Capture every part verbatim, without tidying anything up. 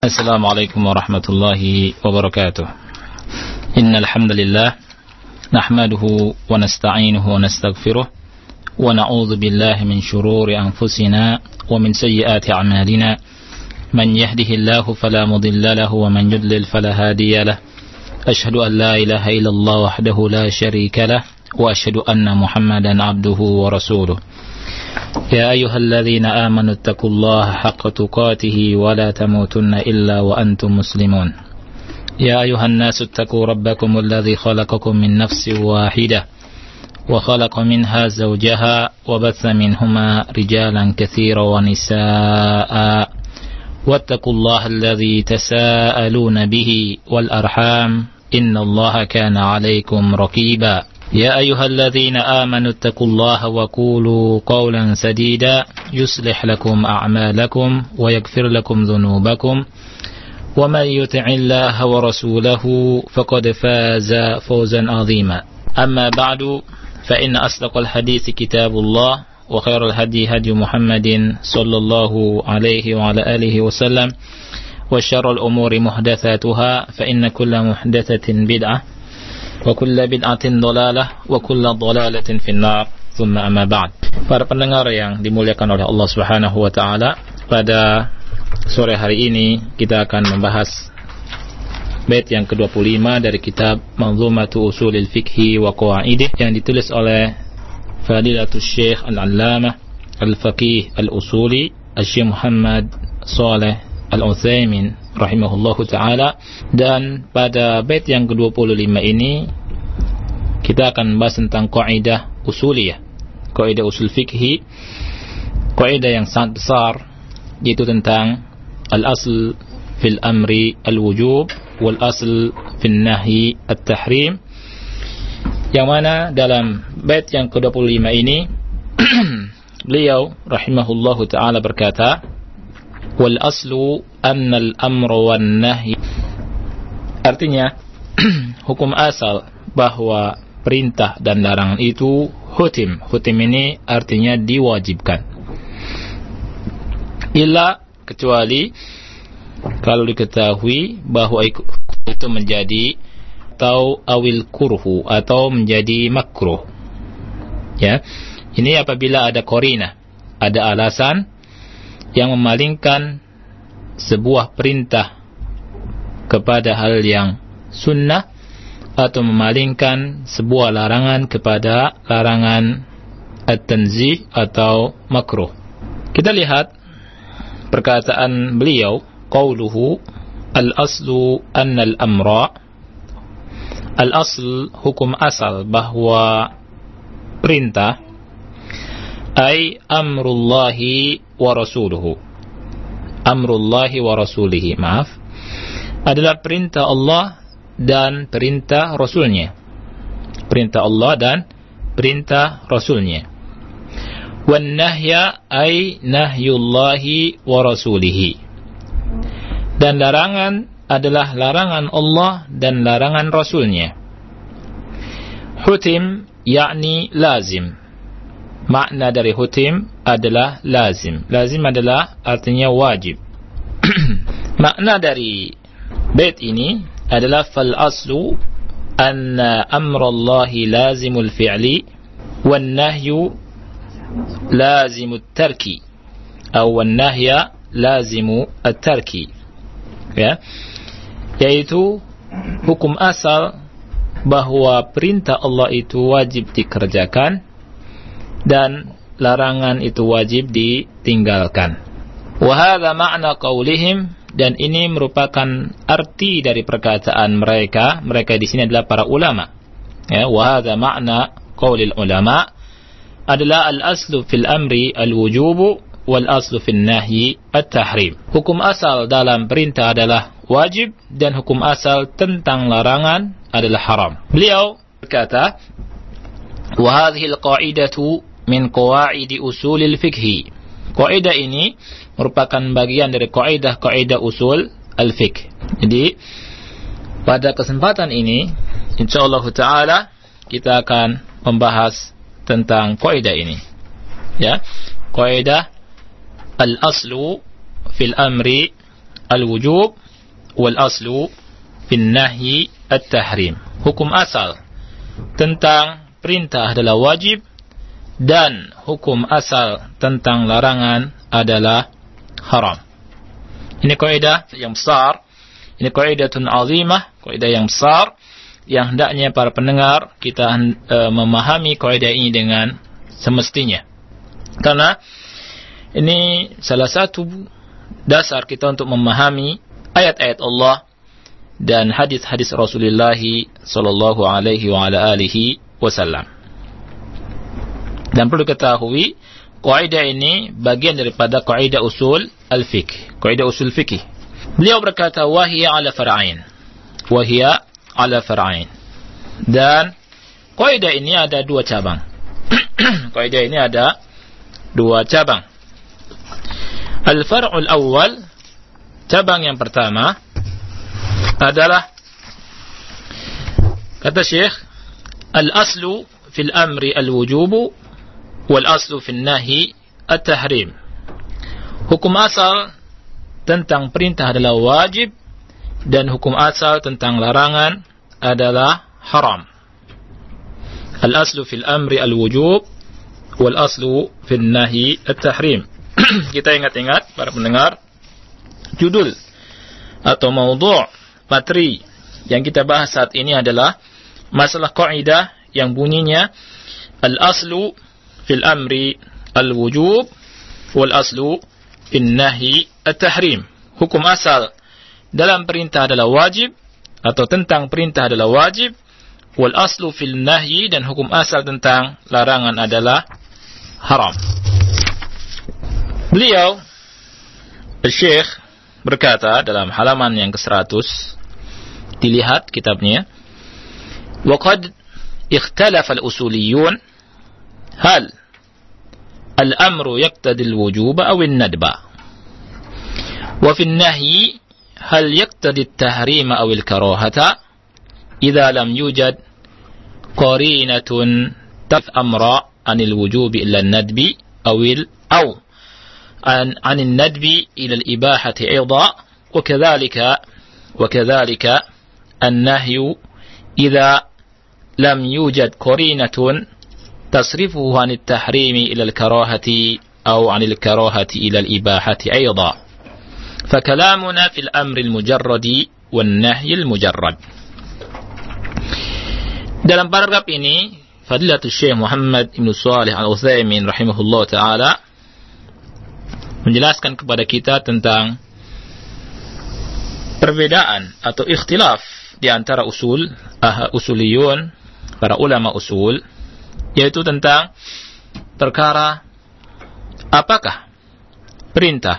Assalamualaikum warahmatullahi wabarakatuh. Innal hamdalillah nahmaduhu wa nasta'inuhu wa nastaghfiruh wa na'udzu billahi min shururi anfusina wa min sayyiati a'malina. Man yahdihillahu fala mudilla lahu wa man yudlil fala hadiya lahu. Ashhadu an la ilaha illallah wahdahu la syarika lahu wa ashhadu anna Muhammadan abduhu wa rasuluh. يا أيها الذين آمنوا اتقوا الله حق تقاته ولا تموتن إلا وأنتم مسلمون. يا أيها الناس اتقوا ربكم الذي خلقكم من نفس واحدة وخلق منها زوجها وبث منهما رجالا كثيرا ونساء واتقوا الله الذي تساءلون به والأرحام إن الله كان عليكم رقيبا. يا أيها الذين آمنوا اتقوا الله وقولوا قولا سديدا يصلح لكم أعمالكم ويغفر لكم ذنوبكم ومن يطع الله ورسوله فقد فاز فوزا عظيما. أما بعد فإن أصدق الحديث كتاب الله وخير الهدي هدي محمد صلى الله عليه وعلى آله وسلم وشر الأمور محدثاتها فإن كل محدثة بدعة wa kullu bid'atin dhalalah wa kullu dhalalatin finnar thumma amma ba'd. Para pendengar yang dimuliakan oleh Allah Subhanahu wa taala, pada sore hari ini kita akan membahas bait yang kedua puluh lima dari kitab Manzumatu Ushulil Fiqhi wa Qawaidih yang ditulis oleh Fadilatul Syekh Al-Allamah Al-Faqih Al-Usuli Syekh Muhammad Shalih Al-Utsaimin rahimahullahu ta'ala. Dan pada bait yang kedua puluh lima ini kita akan membahas tentang kaidah usuliyah, kaidah usul fikhi, kaidah yang sangat besar, yaitu tentang al-asl fil amri al-wujub wal asl fil nahyi at-tahrim, yang mana dalam bait yang kedua puluh lima ini beliau rahimahullahu ta'ala berkata, wal aslu annal amru wan nahy, artinya hukum asal bahwa perintah dan larangan itu hutim. Hutim ini artinya diwajibkan. Illa, kecuali kalau diketahui bahwa itu menjadi atau awil kurhu atau menjadi makruh. Ya. Ini apabila ada qarinah, ada alasan yang memalingkan sebuah perintah kepada hal yang sunnah atau memalingkan sebuah larangan kepada larangan at-tanzih atau makruh. Kita lihat perkataan beliau, qauluhu al-aslu anna al-amra, al-asl hukum asal bahwa perintah ay amrullahi wa rasuluhu, amrullahi wa rasulihi, maaf, adalah perintah Allah dan perintah Rasulnya. Perintah Allah dan perintah Rasulnya. Wan nahya ay nahyullahi wa rasulihi, dan larangan adalah larangan Allah dan larangan Rasulnya. Hutim yakni lazim. Makna dari hutim adalah lazim. Lazim adalah artinya wajib. Makna dari bait ini adalah fal aslu anna amrallahi lazimul fi'li wan nahyu lazimut tarki atau wan nahya lazimu at-tarki. Ya. Yaitu hukum asal bahwa perintah Allah itu wajib dikerjakan dan larangan itu wajib ditinggalkan. Wa hadza ma'na qaulihim, dan ini merupakan arti dari perkataan mereka. Mereka di sini adalah para ulama. Ya, wa hadza ma'na qaulil ulama adalah al-aslu fil amri al-wujub wal aslu fil nahyi at-tahrim. Hukum asal dalam perintah adalah wajib dan hukum asal tentang larangan adalah haram. Beliau berkata, wa hadhihi al-qa'idatu min qawaidi usulil fiqhi. Kaidah ini merupakan bagian dari kaidah-kaidah usul al-fiqh. Jadi pada kesempatan ini insyaallah taala kita akan membahas tentang kaidah ini. Ya, kaidah al-aslu fil amri al-wujub wal aslu fin nahyi at-tahrim. Hukum asal tentang perintah adalah wajib dan hukum asal tentang larangan adalah haram. Ini kaidah yang besar, ini kaidatun azimah, kaidah yang besar yang hendaknya para pendengar kita e, memahami kaidah ini dengan semestinya. Karena ini salah satu dasar kita untuk memahami ayat-ayat Allah dan hadis-hadis Rasulullah sallallahu alaihi wa ala alihi wasallam. Dan perlu ketahui, kaidah ini bagian daripada kaidah usul al-fiqh, kaidah usul fikih. Beliau berkata, "Wahiya ala far'ain." Wahiya ala far'ain. Dan kaidah ini ada dua cabang. Kaidah ini ada dua cabang. Al-far'ul awwal, cabang yang pertama adalah kata Syekh, al-aslu fil amri al-wujubu wal aslu fil nahi at-tahrim. Hukum asal tentang perintah adalah wajib dan hukum asal tentang larangan adalah haram. Al-aslu fil amri al-wujub wal aslu fil nahi at-tahrim. Kita ingat-ingat para pendengar, judul atau maudhu' materi yang kita bahas saat ini adalah masalah kaidah yang bunyinya al-aslu fil amri al-wujub wal aslu fin nahi at-tahrim. Hukum asal dalam perintah adalah wajib atau tentang perintah adalah wajib, wal aslu fil nahyi, dan hukum asal tentang larangan adalah haram. Beliau Syekh berkata dalam halaman yang ke seratus, dilihat kitabnya, wa qad ikhtalafa al-usuliyun hal al-amru yaqtadi al-wujuba aw an-nadba, wa fi an-nahyi hal yaqtadi at-tahrima aw al-karahata idza lam yujad qarinatun taf amra an al-wujubi illa an-nadbi aw aw an an an-nadbi ila al-ibahati ayda, wa kadhalika wa kadhalika an-nahyu idza lam yujad qarinatun تصرفه عن التحريم إلى الكراهة أو عن الكراهة إلى الإباحة أيضا، فكلامنا في الأمر المجرد والنهي المجرد. Dalam paragraf ini, Fadilatul Syekh Muhammad Ibn Shalih Al-Utsaimin rahimahullah ta'ala menjelaskan kepada kita tentang perbedaan atau ikhtilaf di antara usul, uh, usuliyun, para ulama usul, yaitu tentang perkara apakah perintah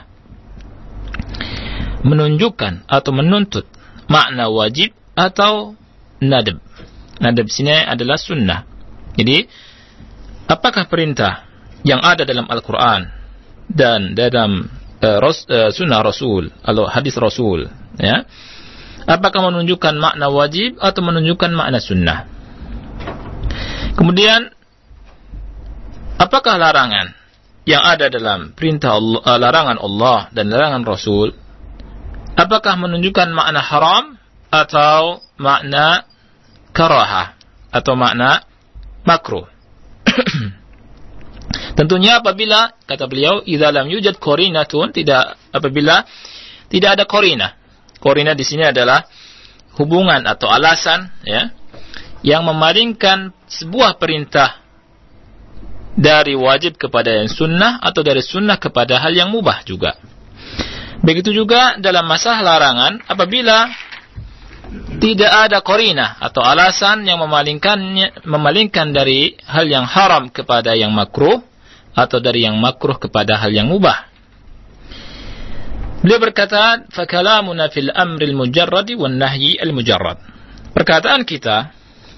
menunjukkan atau menuntut makna wajib atau nadab. Nadab sini adalah sunnah. Jadi, apakah perintah yang ada dalam Al-Quran dan dalam uh, ros, uh, sunnah Rasul atau hadis Rasul, ya, apakah menunjukkan makna wajib atau menunjukkan makna sunnah? Kemudian, apakah larangan yang ada dalam perintah Allah, uh, larangan Allah dan larangan Rasul, apakah menunjukkan makna haram atau makna karahah atau makna makruh? Tentunya apabila, kata beliau, idza lam yujad qarinatun, tidak, apabila tidak ada qarinah. Qarinah di sini adalah hubungan atau alasan, ya, yang memalingkan sebuah perintah dari wajib kepada yang sunnah atau dari sunnah kepada hal yang mubah juga. Begitu juga dalam masalah larangan, apabila tidak ada qarinah atau alasan yang memalingkannya, memalingkan dari hal yang haram kepada yang makruh atau dari yang makruh kepada hal yang mubah. Beliau berkata, "Fakalamuna fil amri al-mujarrad wan nahyi al-mujarrad." Perkataan kita,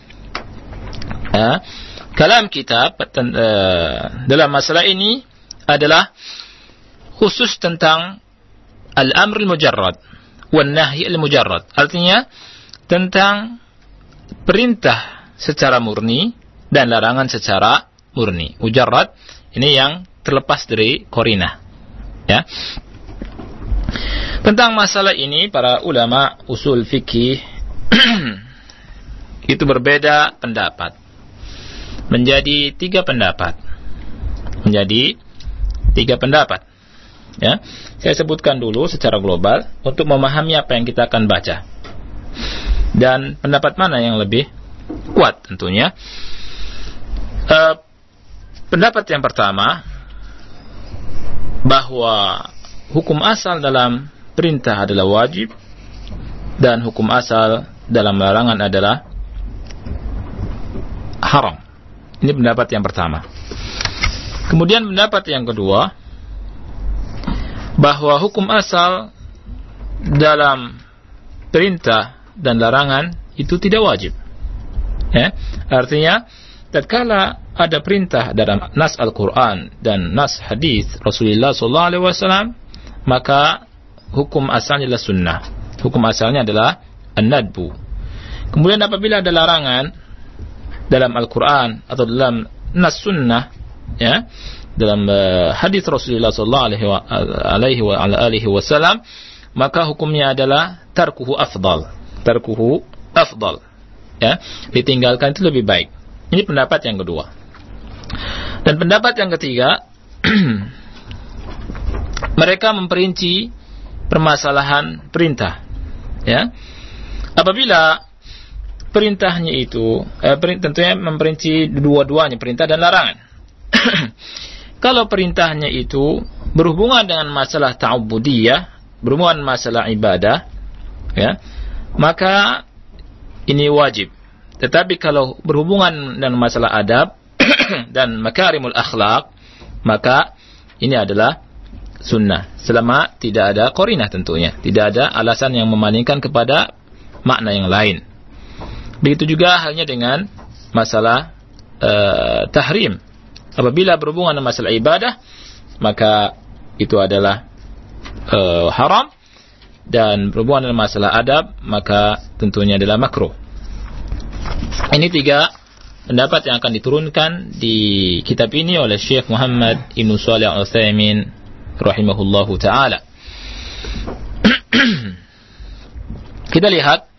ya, kalam kita uh, dalam masalah ini adalah khusus tentang al-amr al-mujarrad wan nahy al-mujarrad. Artinya tentang perintah secara murni dan larangan secara murni. Mujarrad ini yang terlepas dari qarinah. Ya. Tentang masalah ini para ulama usul fikih itu berbeda pendapat. Menjadi tiga pendapat. Menjadi tiga pendapat. Ya, saya sebutkan dulu secara global untuk memahami apa yang kita akan baca. Dan pendapat mana yang lebih kuat tentunya. Uh, pendapat yang pertama, bahwa hukum asal dalam perintah adalah wajib dan hukum asal dalam larangan adalah haram. Ini pendapat yang pertama. Kemudian pendapat yang kedua, bahwa hukum asal dalam perintah dan larangan itu tidak wajib. Ya, artinya tatkala ada perintah dalam nas Al-Quran dan nas hadis Rasulullah sallallahu alaihi wasallam, maka hukum asalnya adalah sunnah. Hukum asalnya adalah an-nadbu. Kemudian apabila ada larangan dalam Al-Quran atau dalam nas sunnah, ya, dalam uh, hadis Rasulullah sallallahu alaihi wa alihi wasallam, maka hukumnya adalah tarkuhu afdal. Tarkuhu afdal. Ya, ditinggalkan itu lebih baik. Ini pendapat yang kedua. Dan pendapat yang ketiga, mereka memperinci permasalahan perintah. Ya, apabila perintahnya itu, eh, tentunya memperinci dua-duanya, perintah dan larangan. Kalau perintahnya itu berhubungan dengan masalah ta'ubudiyah, berhubungan masalah ibadah, ya, maka ini wajib. Tetapi kalau berhubungan dengan masalah adab dan makarimul akhlak, maka ini adalah sunnah. Selama tidak ada qarinah tentunya. Tidak ada alasan yang memalingkan kepada makna yang lain. Begitu juga halnya dengan masalah uh, tahrim. Apabila berhubungan dengan masalah ibadah, maka itu adalah uh, haram. Dan berhubungan dengan masalah adab, maka tentunya adalah makruh. Ini tiga pendapat yang akan diturunkan di kitab ini oleh Syekh Muhammad Ibn Shalih Al-Utsaimin rahimahullahu ta'ala. Kita lihat,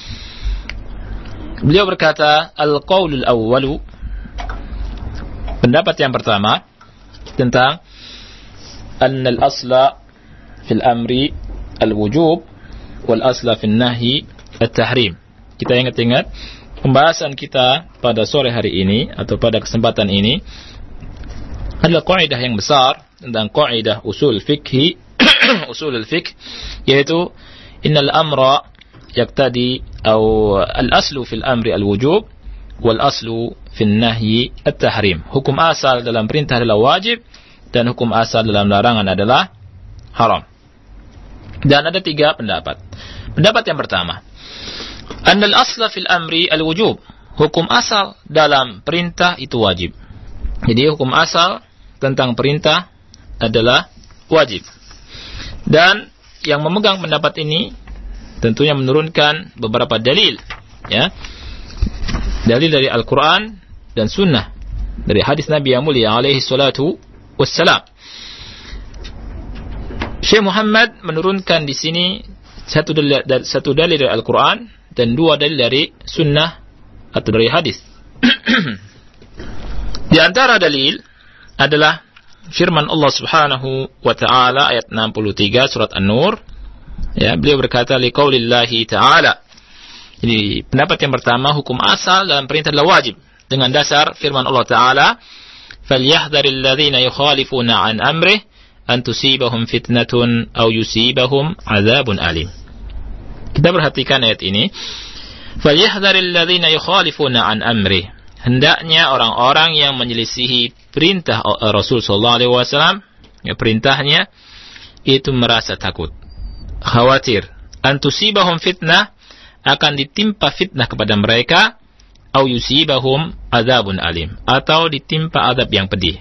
beliau berkata, al-qawlul awwalu, pendapat yang pertama tentang annal asla fil amri al-wujub wal asla fil nahi at-tahrim. Kita ingat-ingat pembahasan kita pada sore hari ini atau pada kesempatan ini adalah kaidah yang besar tentang kaidah usul fikhi usul al-fiqh, yaitu innal amra yaqtadi atau al-aslu fil amri al-wujub wal aslu fil nahyi at-tahrim. Hukum asal dalam perintah adalah wajib dan hukum asal dalam larangan adalah haram. Dan ada tiga pendapat. Pendapat yang pertama, annal asla fil amri al-wujub. Hukum asal dalam perintah itu wajib. Jadi hukum asal tentang perintah adalah wajib. Dan yang memegang pendapat ini tentunya menurunkan beberapa dalil, ya. Dalil dari Al-Quran dan Sunnah, dari hadis Nabi yang mulia alaihi salatu wassalam. Syekh Muhammad menurunkan di sini satu dalil, satu dalil dari Al-Quran dan dua dalil dari Sunnah atau dari hadis. Di antara dalil adalah firman Allah Subhanahu wa taala ayat enam puluh tiga surat An-Nur. Ya, beliau berkata liqaulillahi ta'ala. Jadi pendapat yang pertama, hukum asal dalam perintah adalah wajib dengan dasar firman Allah taala, falyahdharil ladzina yukhalifuna an amrih an tusibahum fitnatun aw yusibahum adzabun alim. Kita perhatikan ayat ini. Falyahdharil ladzina yukhalifuna an amrih. Hendaknya orang-orang yang menyelisihi perintah Rasul sallallahu alaihi wasallam, ya, perintahnya itu merasa takut, khawatir an tusibahum fitnah, akan ditimpa fitnah kepada mereka, aw yusibahum adzabun alim, atau ditimpa azab yang pedih.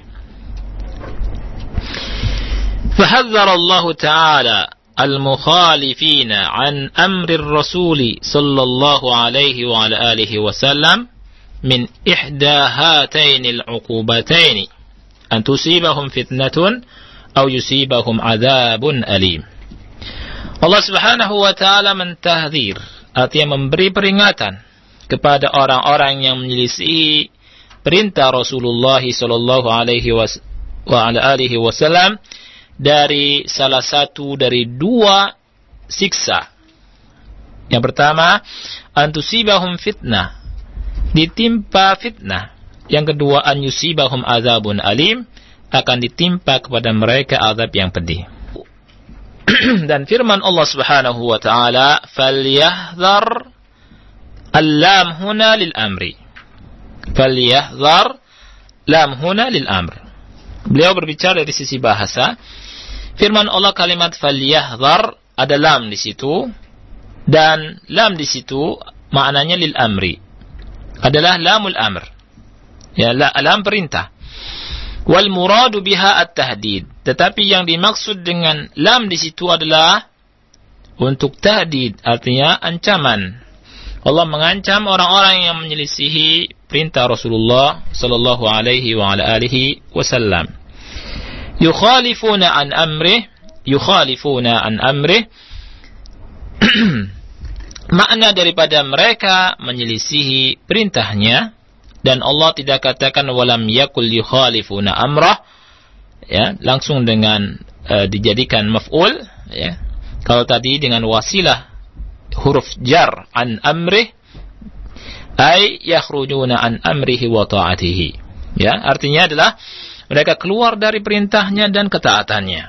Fahadzara Allah Ta'ala al-mukhalifina an amri ar-rasul sallallahu alaihi wa ala alihi wasallam min ihda hatain al-uqubatain an tusibahum fitnatun aw yusibahum adzabun alim. Allah Subhanahu wa taala mentahdzir, artinya memberi peringatan kepada orang-orang yang menyelisihi perintah Rasulullah sallallahu alaihi wasallam dari salah satu dari dua siksa. Yang pertama, antusibahum fitnah, ditimpa fitnah. Yang kedua, an yusibahum azabun alim, akan ditimpa kepada mereka azab yang pedih. Dan firman Allah Subhanahu wa taala, falyahdhar, al-lam huna lil amri. Falyahdhar, lam huna lil amr. Beliau berbicara dari sisi bahasa. Firman Allah kalimat falyahdhar, ada lam di situ, dan lam di situ maknanya lil amri, adalah lamul amr, ya, lam perintah. Wal muradu biha at-tahdid, tetapi yang dimaksud dengan lam di situ adalah untuk tahdid, artinya ancaman. Allah mengancam orang-orang yang menyelisihi perintah Rasulullah sallallahu alaihi wa ala alihi wasallam. Yukhalifuna an amrih, yukhalifuna an amrih. Makna daripada mereka menyelisihi perintahnya, dan Allah tidak katakan walam yakul yukhalifuna amrah, ya, langsung dengan uh, dijadikan maf'ul, ya. Kalau tadi dengan wasilah huruf jar an amrih, ay yakhrujuna an amrihi wa ta'atihi, ya, artinya adalah mereka keluar dari perintahnya dan ketaatannya.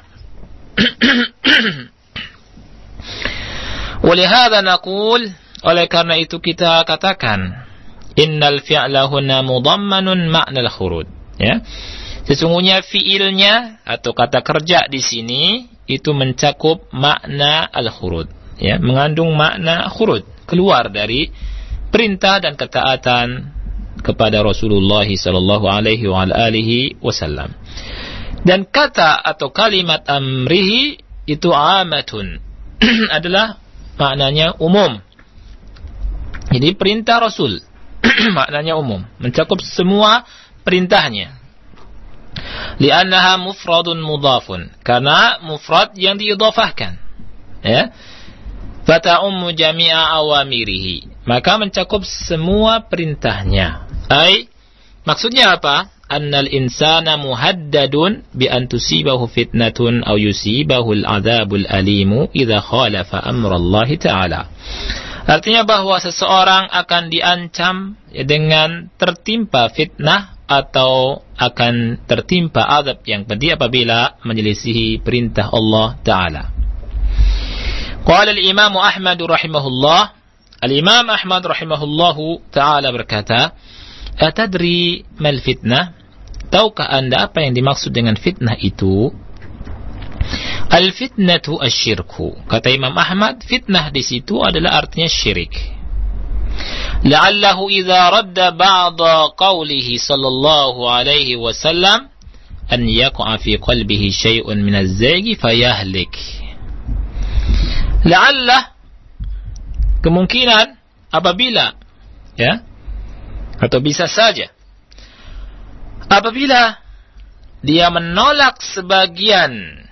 Walihada naqul, oleh karena itu kita katakan, innal fi'la huna mudammanun ma'nal khurud, ya. Sesungguhnya fiilnya atau kata kerja di sini itu mencakup makna al-khurud, ya, mengandung makna khurud, keluar dari perintah dan ketaatan kepada Rasulullah sallallahu alaihi wa alihi wasallam. Dan kata atau kalimat amrihi itu amatun adalah maknanya umum. Jadi perintah Rasul maknanya umum, mencakup semua perintahnya. Li'annaha mufradun mudhafun, karena mufrad yang diidhafahkan, ya. Fata'ummu jami'a awamirihi, maka mencakup semua perintahnya. Ai, maksudnya apa? Annal insana muhaddadun bi an tusibahu fitnatun aw yusibahu al-'adzabul alimu idza khalafa amrallahi ta'ala. Artinya bahwa seseorang akan diancam, ya, dengan tertimpa fitnah atau akan tertimpa azab yang pedih apabila menyelisihi perintah Allah Ta'ala. Qala al-Imam Ahmad rahimahullah, Al-Imam Ahmad rahimahullahu ta'ala berkata, atadri mal fitnah, tahukah anda apa yang dimaksud dengan fitnah itu? Al-fitnatu asyirku, kata Imam Ahmad, fitnah di situ adalah artinya syirik. La'allahu idza radda ba'da qawlihi sallallahu alaihi wasallam an yaqa'a fi qalbihi syai'un min az-zaygi fayahlik. La'alla, kemungkinan apabila, ya, atau bisa saja apabila dia menolak sebagian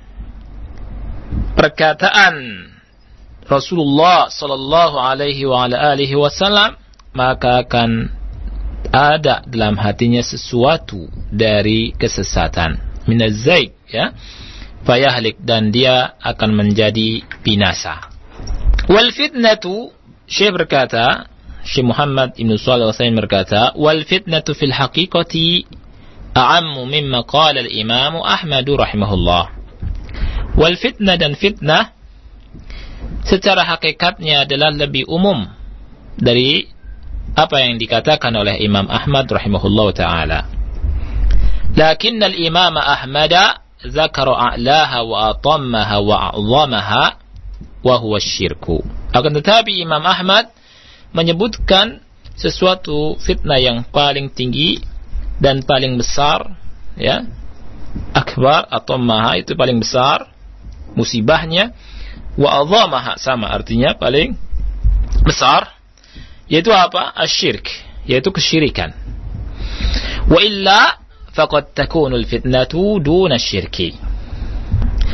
perkataan Rasulullah sallallahu alaihi wa alihi wasallam, maka akan ada dalam hatinya sesuatu dari kesesatan, minaz-zaig, ya, fayahlik, dan dia akan menjadi binasa. Wal fitnatu, Syekh berkata, Syekh Muhammad Ibn Shalih Al-Utsaimin berkata, wal fitnatu fil haqiqati a'ammu mimma qala al-Imam Ahmad rahimahullah. Wal fitnah, dan fitnah secara hakikatnya adalah lebih umum dari apa yang dikatakan oleh Imam Ahmad rahimahullah ta'ala. Lakinna al-Imam Ahmad zakara a'laha wa atammaha wa a'zamaha wa huwa syirku. Akan tetapi Imam Ahmad menyebutkan sesuatu fitnah yang paling tinggi dan paling besar, ya, akbar, atammaha itu paling besar musibahnya, wa a'zamaha sama artinya paling besar, yaitu apa? Asyirk, yaitu kesyirikan. Wa illa faqad takunu al-fitnatu duna syirki.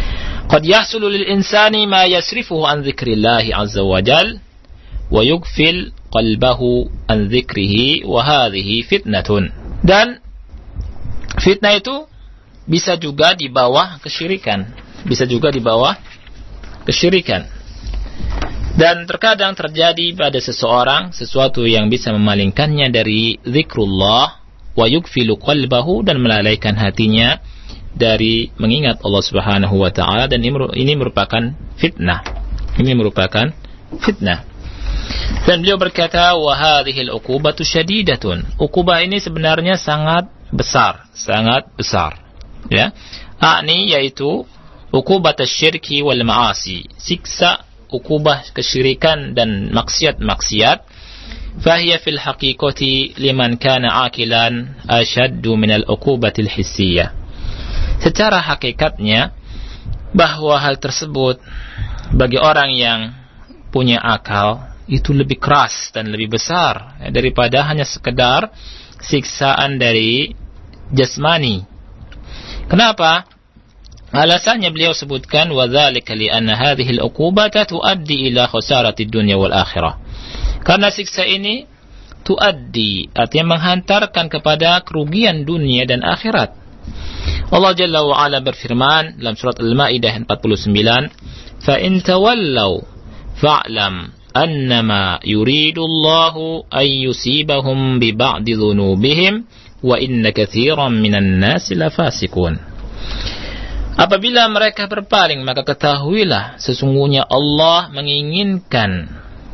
qad yahsulu lil insani ma yasrifuhu an dzikrillahi azza wa jal wa yughfil qalbahu an dzikrihi wa hadhihi fitnatun. Dan fitnah itu bisa juga di bawah kesyirikan, bisa juga di bawah kesyirikan. Dan terkadang terjadi pada seseorang sesuatu yang bisa memalingkannya dari zikrullah wa yughfilu qalbahu, dan melalaikan hatinya dari mengingat Allah Subhanahu wa taala, dan ini merupakan fitnah. Ini merupakan fitnah. Dan beliau berkata, wa hadhihi al-uqubatu syadidatun. Uqubah ini sebenarnya sangat besar, sangat besar. Ya. A'ni yaitu uqubat asy-syirki wal ma'asi. Siksa, uqubah kesyirikan dan maksiat-maksiat. Fahiya fil haqiqati liman kana aqilan ashaddu min al-uqubati al-hissiyah. Secara hakikatnya bahwa hal tersebut bagi orang yang punya akal itu lebih keras dan lebih besar ya, daripada hanya sekedar siksaan dari jasmani. Kenapa? Alasannya beliau sebutkan, wa dzalika li anna hadhihi al-uqubata tuaddi ila khusarati dunya wal akhirah. Karena siksa ini tuaddi, artinya menghantarkan kepada kerugian dunia dan akhirat. Allah Jalla wa Ala berfirman dalam surat Al-Maidah empat puluh sembilan, fa in tawallaw fa'lam annama yuridu Allahu ay yusibahum bi ba'di dhunubihim wa inna katsiran minan nasi lafasiqun. Apabila mereka berpaling, maka ketahuilah sesungguhnya Allah menginginkan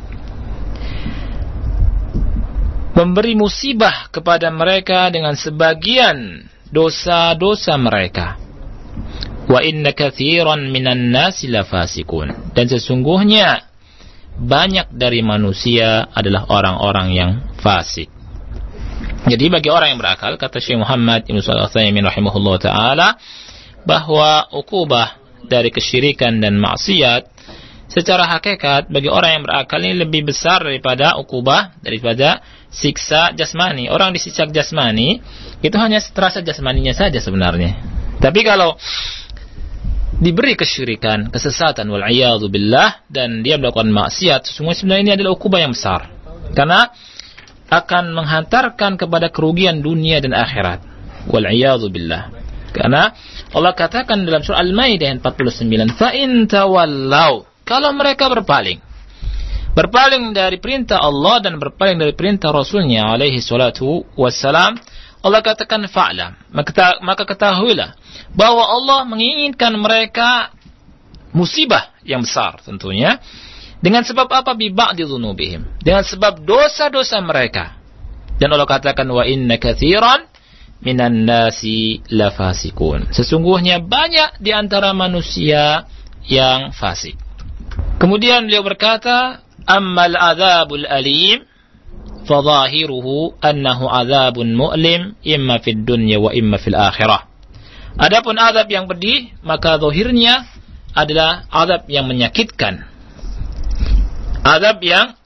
memberi musibah kepada mereka dengan sebagian dosa-dosa mereka. Wa inna katsiran minan nasi lafasiqun. Dan sesungguhnya banyak dari manusia adalah orang-orang yang fasik. Jadi bagi orang yang berakal, kata Syekh Muhammad Ibn Shalih Al-Utsaimin rahimahullah ta'ala, bahwa ukubah dari kesyirikan dan maksiat secara hakikat bagi orang yang berakal ini lebih besar daripada ukubah, daripada siksa jasmani. Orang disiksa jasmani itu hanya terasa jasmaninya saja sebenarnya. Tapi kalau diberi kesyirikan, kesesatan, wal'iyadzu billah, dan dia melakukan maksiat, sesungguhnya sebenarnya ini adalah ukubah yang besar. Karena akan menghantarkan kepada kerugian dunia dan akhirat. Wal'iyadzu billah. Karena Allah katakan dalam surah Al-Maidah empat puluh sembilan, fa in tawallaw, kalau mereka berpaling, berpaling dari perintah Allah dan berpaling dari perintah Rasulnya alaihi salatu wassalam, Allah katakan fa'lam, maka ketahuilah bahwa Allah menginginkan mereka musibah yang besar tentunya. Dengan sebab apa? Bi ba'di dzunubihim, dengan sebab dosa-dosa mereka. Dan Allah katakan, wa inna katsiran minan nasi lafasikun. Sesungguhnya banyak di antara manusia yang fasik. Kemudian beliau berkata, ammal adzabul alim fadhahiruhu annahu adzabun mu'lim imma fid dunya wa imma fil akhirah. Adapun azab yang pedih, maka zahirnya adalah azab yang menyakitkan. Azab yang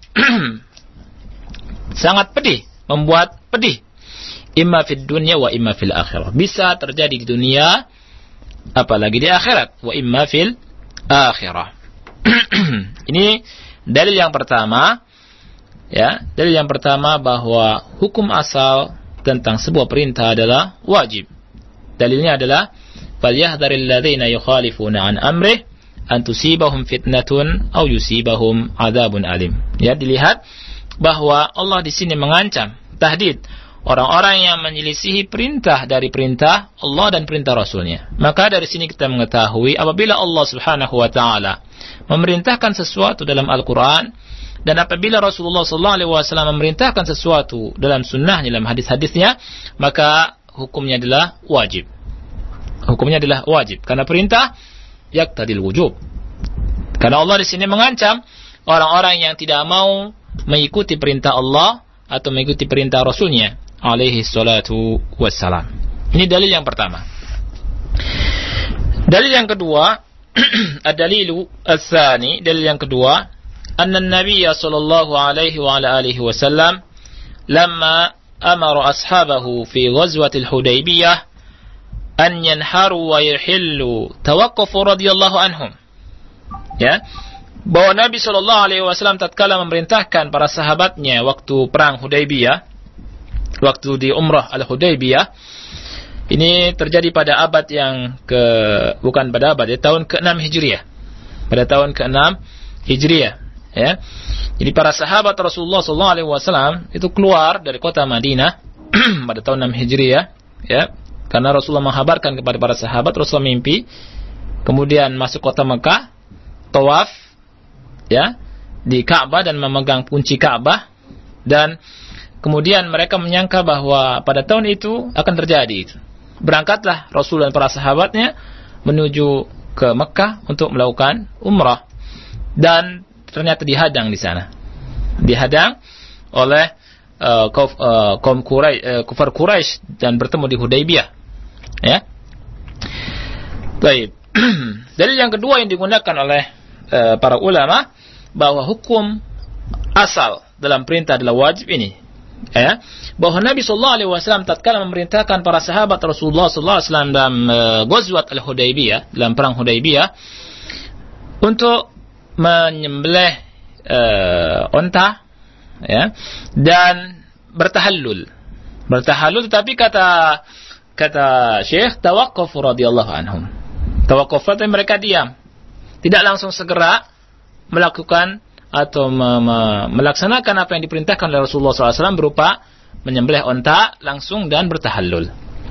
sangat pedih, membuat pedih. Imma fid dunya wa imma fil akhirah. Bisa terjadi di dunia, apalagi di akhirat. Wa imma fil akhirah. Ini dalil yang pertama. Ya, dalil yang pertama bahwa hukum asal tentang sebuah perintah adalah wajib. Dalilnya adalah falyahdharil ladzina yukhalifuna an amrih an tusibahum fitnatun aw yusibahum adzabun alim. Ya, dilihat bahwa Allah di sini mengancam, tahdid orang-orang yang menyelisihi perintah dari perintah Allah dan perintah Rasulnya. Maka dari sini kita mengetahui apabila Allah Subhanahu wa taala memerintahkan sesuatu dalam Al-Qur'an, dan apabila Rasulullah sallallahu alaihi wasallam memerintahkan sesuatu dalam sunnah, dalam hadis-hadisnya, maka hukumnya adalah wajib. Hukumnya adalah wajib karena perintah yaqtadil wujub. Karena Allah di sini mengancam orang-orang yang tidak mau mengikuti perintah Allah atau mengikuti perintah Rasulnya alaihi salatu wassalam. Ini dalil yang pertama. Dalil yang kedua, ad-dalilu ats-tsani, dalil yang kedua, anna an-nabiy sallallahu alaihi wa ala alihi wasallam lamma amara ashabahu fi ghazwatil Hudaybiyah an yanharu wa yuhillu tawaqquf radhiyallahu anhum. Ya, bahwa Nabi sallallahu alaihi wasallam tatkala memerintahkan para sahabatnya waktu perang Hudaybiyah, waktu di umrah Al-Hudaybiyah, ini terjadi pada abad yang ke bukan pada abad, ya, tahun keenam Hijriah. Pada tahun keenam Hijriah, ya. Jadi para sahabat Rasulullah sallallahu alaihi wasallam itu keluar dari kota Madinah pada tahun enam Hijriah, ya. Karena Rasulullah menghabarkan kepada para sahabat, Rasulullah mimpi, kemudian masuk kota Mekah, tawaf, ya, di Ka'bah dan memegang kunci Ka'bah, dan kemudian mereka menyangka bahwa pada tahun itu akan terjadi itu. Berangkatlah Rasul dan para sahabatnya menuju ke Mekah untuk melakukan umrah, dan ternyata dihadang di sana, dihadang oleh uh, kaum uh, kaum Quraisy, uh, kufar Quraisy, dan bertemu di Hudaybiyah, ya. Baik. Dalil yang kedua yang digunakan oleh uh, para ulama bahwa hukum asal dalam perintah adalah wajib ini, ya, bahwa Nabi sallallahu alaihi wasallam tatkala memerintahkan para sahabat Rasulullah sallallahu alaihi wasallam dalam uh, Ghazwat Al-Hudaybiyah, dalam perang Hudaybiyah, untuk menyembelih uh, onta, ya, dan bertahallul. Bertahallul, tetapi kata kata Syekh tawaqquf radhiyallahu anhum. Tawaqquf itu mereka diam, tidak langsung segera melakukan atau me- me- melaksanakan apa yang diperintahkan oleh Rasulullah sallallahu alaihi wasallam berupa menyembelih onta langsung dan bertahallul.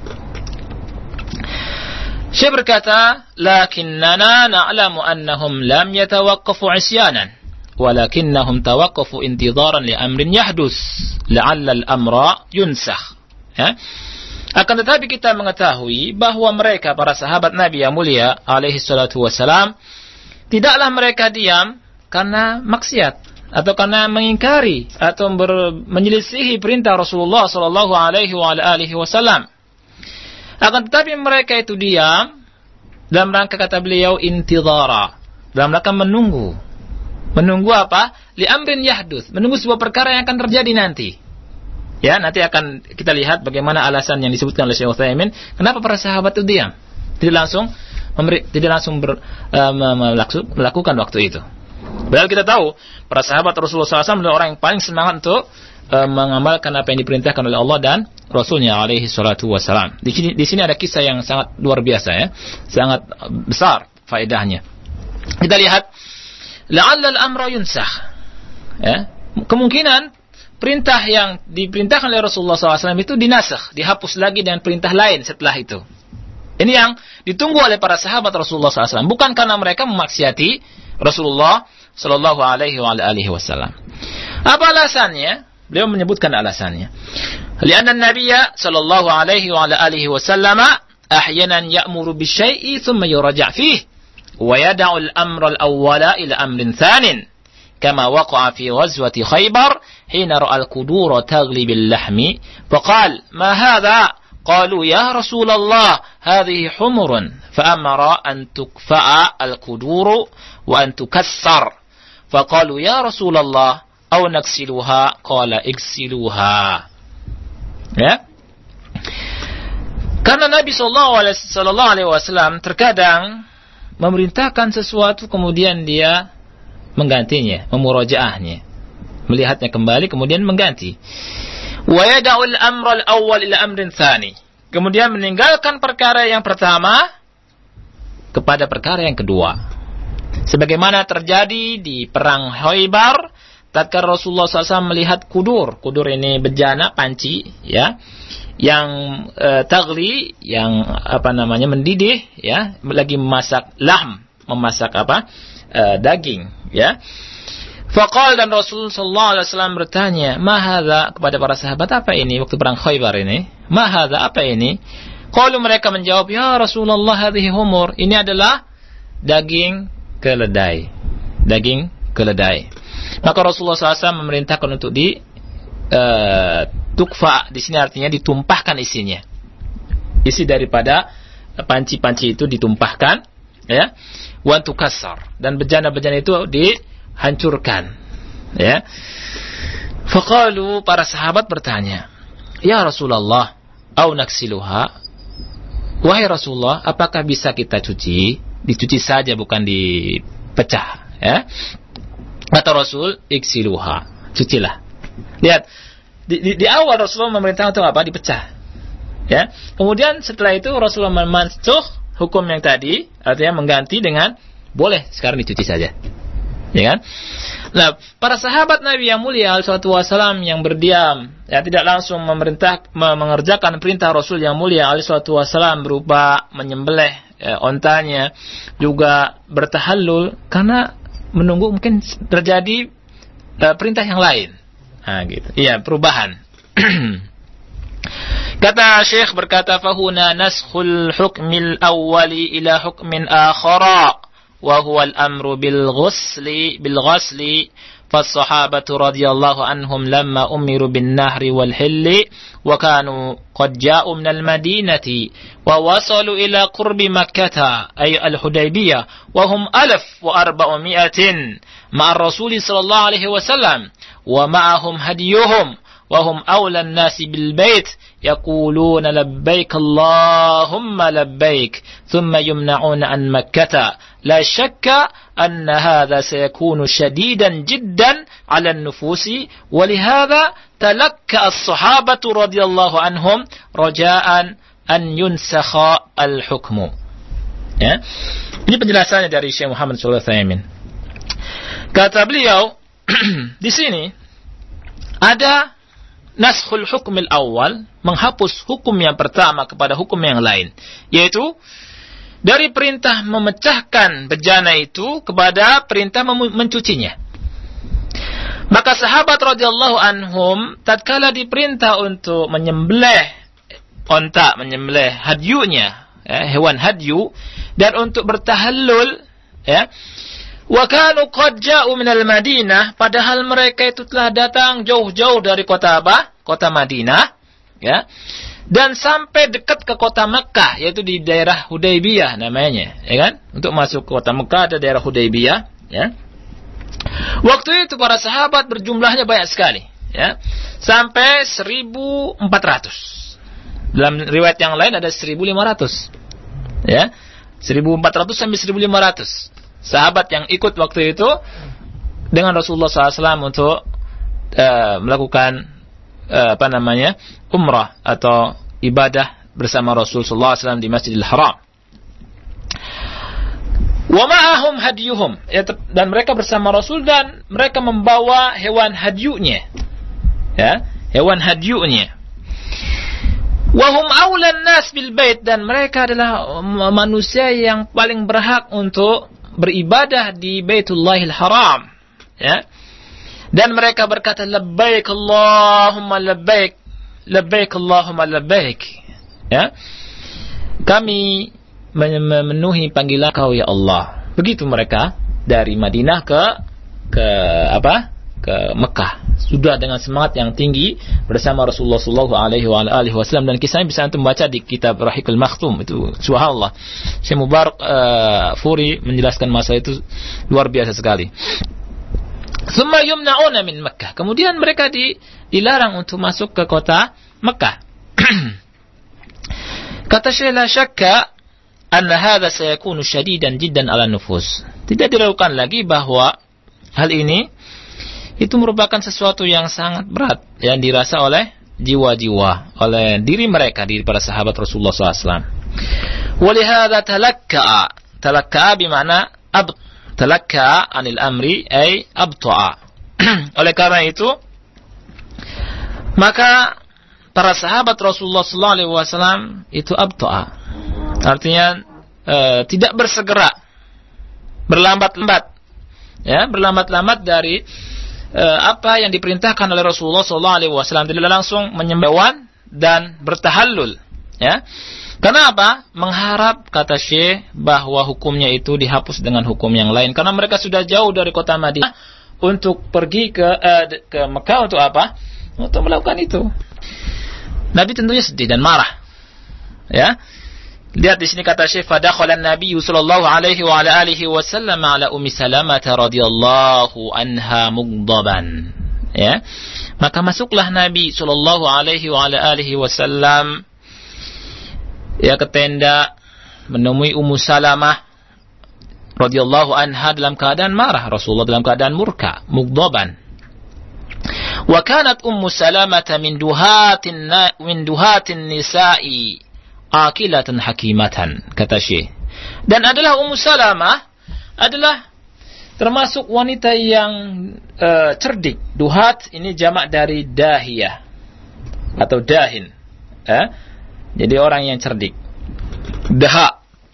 Syekh berkata, "Lakinnana na'lamu annahum lam yatawaqqafu 'isyanan, walakinnahum tawaqqafu intidaran li amrin yahdus, la'alla al-amra yunsakh." Ya. Akan tetapi kita mengetahui bahwa mereka para sahabat Nabi yang mulia alaihi salatu wasalam, tidaklah mereka diam karena maksiat atau karena mengingkari atau ber, menyelisihi perintah Rasulullah sallallahu alaihi wa alihi wasallam. Akan tetapi mereka itu diam dalam rangka, kata beliau, intidhara, dalam rangka menunggu. Menunggu apa? Li amrin yahdus, menunggu sebuah perkara yang akan terjadi nanti. Ya, nanti akan kita lihat bagaimana alasan yang disebutkan oleh Syekh Utsaimin kenapa para sahabat itu diam, tidak langsung memberi, tidak langsung ber, uh, melakukan waktu itu. Padahal kita tahu para sahabat Rasulullah sallallahu alaihi wasallam adalah orang yang paling semangat untuk uh, mengamalkan apa yang diperintahkan oleh Allah dan Rasulnya alaihi salatu wasallam. Di sini di sini ada kisah yang sangat luar biasa, ya, sangat besar faedahnya. Kita lihat, la'alla al-amra yunsakh, ya, kemungkinan perintah yang diperintahkan oleh Rasulullah sallallahu alaihi wasallam itu dinasakh, dihapus lagi dengan perintah lain setelah itu. Ini yang ditunggu oleh para sahabat Rasulullah sallallahu alaihi wasallam, bukan karena mereka memaksiati Rasulullah sallallahu alaihi wasallam. Apa alasannya? Beliau menyebutkan alasannya. Lianna an-nabiyya sallallahu alaihi wa alihi wasallam ahyanan ya'muru bisyai'i thumma yuraja' fihi wa yad'u al-amra al-awwala ila amrin thanin kama waqa'a fi ghazwati Khaybar hina ra'a al-qudura taghli bil-lahmi faqala ma hadha qalu ya Rasulullah hadhihi humurun fa'amara an tukfa'a al-quduru wa an tukassar faqalu ya Rasulullah aw naksiluha qala iksiluha. Ya, karena Nabi sallallahu alaihi wasallam terkadang memerintahkan sesuatu kemudian dia menggantinya, memurajaahnya, melihatnya kembali kemudian mengganti. Wa yada'ul amra al-awwal ila amrin tsani, kemudian meninggalkan perkara yang pertama kepada perkara yang kedua. Sebagaimana terjadi di perang Khaybar, tatkala Rasulullah sallallahu alaihi wasallam melihat kudur, kudur ini bejana, panci, ya, yang e, tagli, yang apa namanya mendidih, ya, lagi memasak lahm, memasak apa, e, daging, ya. Faqal, dan Rasul sallallahu alaihi wasallam bertanya, "Ma hadza?" kepada para sahabat, apa ini waktu perang Khaybar ini? "Ma hadza?" apa ini? Qalu, mereka menjawab, "Ya Rasulullah, hadhihi humur." Ini adalah daging keledai, daging keledai. Maka Rasulullah sallallahu alaihi wasallam memerintahkan untuk di uh, tukfa, di sini artinya ditumpahkan isinya, isi daripada panci-panci itu ditumpahkan, ya, wa tukassar, dan bejana-bejana itu dihancurkan, ya. Faqalu, para sahabat bertanya, "Ya Rasulullah, au naksiluha?" wahai Rasulullah, apakah bisa kita cuci? Dicuci saja, bukan dipecah, ya. Kata Rasul, iksiluha, cucilah. Lihat, di, di, di awal Rasulullah memerintahkan untuk apa? Dipecah, ya. Kemudian setelah itu Rasulullah memansuh hukum yang tadi, artinya mengganti dengan boleh sekarang dicuci saja, ya kan? Nah, para sahabat Nabi yang mulia alaihi wasallam yang berdiam, ya, tidak langsung memerintah mengerjakan perintah Rasul yang mulia alaihi wasallam berupa menyembelih ya, ontanya, juga bertahallul karena menunggu mungkin terjadi uh, perintah yang lain. Nah, gitu. Iya, perubahan. Kata Syekh berkata, fahuna naskhul hukmil awwali ila hukmin akhara. وهو الأمر بالغسل بالغسل فالصحابة رضي الله عنهم لما أمروا بالنهر والحل وكانوا قد جاءوا من المدينة ووصلوا إلى قرب مكة أي الحديبية وهم ألف وأربعمائة مع الرسول صلى الله عليه وسلم ومعهم هديهم وهم أولى الناس بالبيت يقولون لبيك اللهم لبيك ثم يمنعون عن مكة لا شك أن هذا سيكون شديدا جدا على النفوس ولهذا تلكأ الصحابة رضي الله عنهم رجاء أن ينسخ الحكم. Ya. Ini penjelasannya dari Syekh Muhammad Shalih Al-Utsaimin. Kata beliau di sini ada naskhul hukmil awal, menghapus hukum yang pertama kepada hukum yang lain, yaitu dari perintah memecahkan bejana itu kepada perintah mem- mencucinya. Maka sahabat radhiyallahu anhum tatkala diperintah untuk menyembelih onta, menyembelih hadyunya, ya, hewan hadyu, dan untuk bertahallul, ya, wa kanu qad ja'u minal Madinah, padahal mereka itu telah datang jauh-jauh dari kota apa? Kota Madinah, ya. Dan sampai dekat ke kota Mekah, yaitu di daerah Hudaybiyah namanya, ya kan? Untuk masuk ke kota Mekah ada daerah Hudaybiyah, ya. Waktu itu para sahabat berjumlahnya banyak sekali, ya. Sampai seribu empat ratus. Dalam riwayat yang lain ada seribu lima ratus. Ya. seribu empat ratus sampai seribu lima ratus. Sahabat yang ikut waktu itu dengan Rasulullah shallallahu alaihi wasallam untuk uh, melakukan uh, apa namanya umrah atau ibadah bersama Rasul shallallahu alaihi wasallam di Masjidil Haram. Wa ma'ahum hadiyuhum, ya, dan mereka bersama Rasul dan mereka membawa hewan hadyunya, ya, hewan hadyunya. Wa hum aulan nas bil bait, dan mereka adalah manusia yang paling berhak untuk beribadah di Baitullahil Haram, ya. Dan mereka berkata labbaik Allahumma labbaik, labbaik Allahumma labbaik, ya. Kami memenuhi panggilan Kau ya Allah. Begitu mereka dari Madinah ke ke apa? Ke Mekah. Sudah dengan semangat yang tinggi bersama Rasulullah sallallahu alaihi wasallam, dan kisahnya bisa antum baca di kitab Rahiqul Makhtum. Itu subhanallah. Syekh Mubarak uh, Furi menjelaskan masa itu luar biasa sekali. Tsumma yumna'una min Makkah. Kemudian mereka di, dilarang untuk masuk ke kota Mekah. Kata Syekh, la syakka anna hadha sayakunu shadidan jiddan ala nufus. Tidak diragukan lagi bahwa hal ini itu merupakan sesuatu yang sangat berat yang dirasa oleh jiwa-jiwa, oleh diri mereka, diri para sahabat Rasulullah sallallahu alaihi wasallam. Walihada talakka'a, talakka'a bermakna ab, talakka'a anil amri ay abta'a. Oleh karena itu maka para sahabat Rasulullah sallallahu alaihi wasallam itu abta'a, artinya uh, tidak bersegera, berlambat-lambat, ya, berlambat-lambat dari Uh, apa yang diperintahkan oleh Rasulullah sallallahu alaihi wasallam, tidak langsung menyembelih dan bertahallul, ya. Karena apa? Mengharap, kata Syekh, bahwa hukumnya itu dihapus dengan hukum yang lain, karena mereka sudah jauh dari kota Madinah untuk pergi ke uh, ke Mekah untuk apa? Untuk melakukan itu. Nabi tentunya sedih dan marah, ya. Lihat di sini kata Syekh, fadakhala an-nabiy sallallahu alaihi wa ala alihi wasallam ala Ummi Salamah radhiyallahu anha mughdaban, ya. Maka masuklah Nabi sallallahu alaihi wa ala alihi wasallam ya ke tenda menemui Ummu Salamah radhiyallahu anha dalam keadaan marah, Rasulullah dalam keadaan murka, mughdhaban. Wa kanat Ummu Salamah min duhatin min duhatin nisa'i aqilatan hakimatan, kata Syekh. Dan adalah Ummu Salamah adalah termasuk wanita yang uh, cerdik. Duhat ini jamak dari dahiyah atau dahin. Eh? Jadi orang yang cerdik. Daha.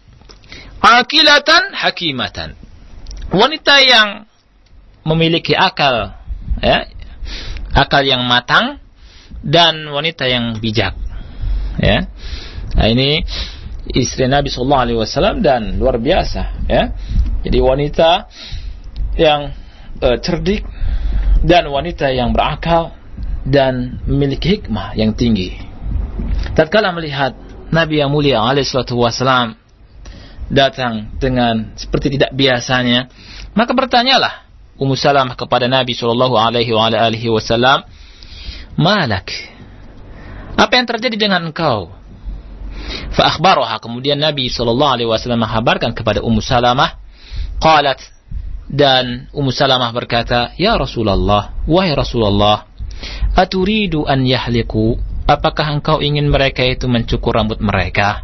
Aqilatan hakimatan. Wanita yang memiliki akal, ya, akal yang matang dan wanita yang bijak. Ya. Nah, ini istri Nabi sallallahu alaihi wasallam dan luar biasa, ya. Jadi wanita yang uh, cerdik dan wanita yang berakal dan memiliki hikmah yang tinggi. Tatkala melihat Nabi yang mulia alaihi salatu wasallam datang dengan seperti tidak biasanya, maka bertanyalah Ummu Salamah kepada Nabi sallallahu alaihi wasallam, "Malak? Apa yang terjadi dengan engkau?" Fa akhbaraha, kemudian Nabi sallallahu alaihi wasallam menghabarkan kepada Ummu Salamah. Qalat, dan Ummu Salamah berkata, "Ya Rasulullah, wahai Rasulullah, aturidu an yahliku? Apakah engkau ingin mereka itu mencukur rambut mereka?"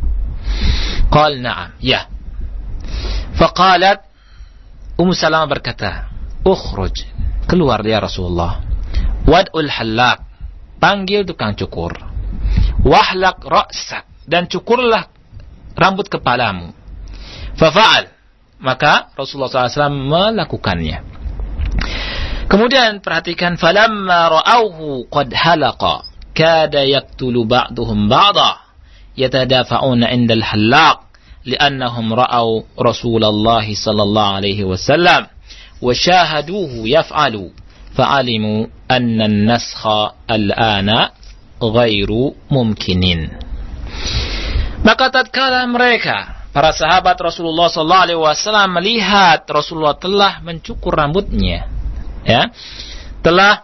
Qal na'am, ya. Faqalat, Ummu Salamah berkata, "Ukhruj, keluar ya Rasulullah. Wad'ul hallaq, panggil tukang cukur. Wahlaq ra'sak, dan cukurlah rambut kepalamu." Fafa'al, maka Rasulullah sallallahu alaihi wasallam melakukannya. Kemudian perhatikan, falamma ra'awhu qad halaqa kada yaqtulu ba'duhum ba'da yatadafa'una 'inda al-hallaq li'annahum ra'aw Rasulullah sallallahu alaihi wasallam wa syahaduhu yaf'alu fa'alimu anna an-naskha al-ana ghairu mumkinin. Maka tatkala mereka, para sahabat Rasulullah sallallahu alaihi wasallam melihat Rasulullah telah mencukur rambutnya, ya, telah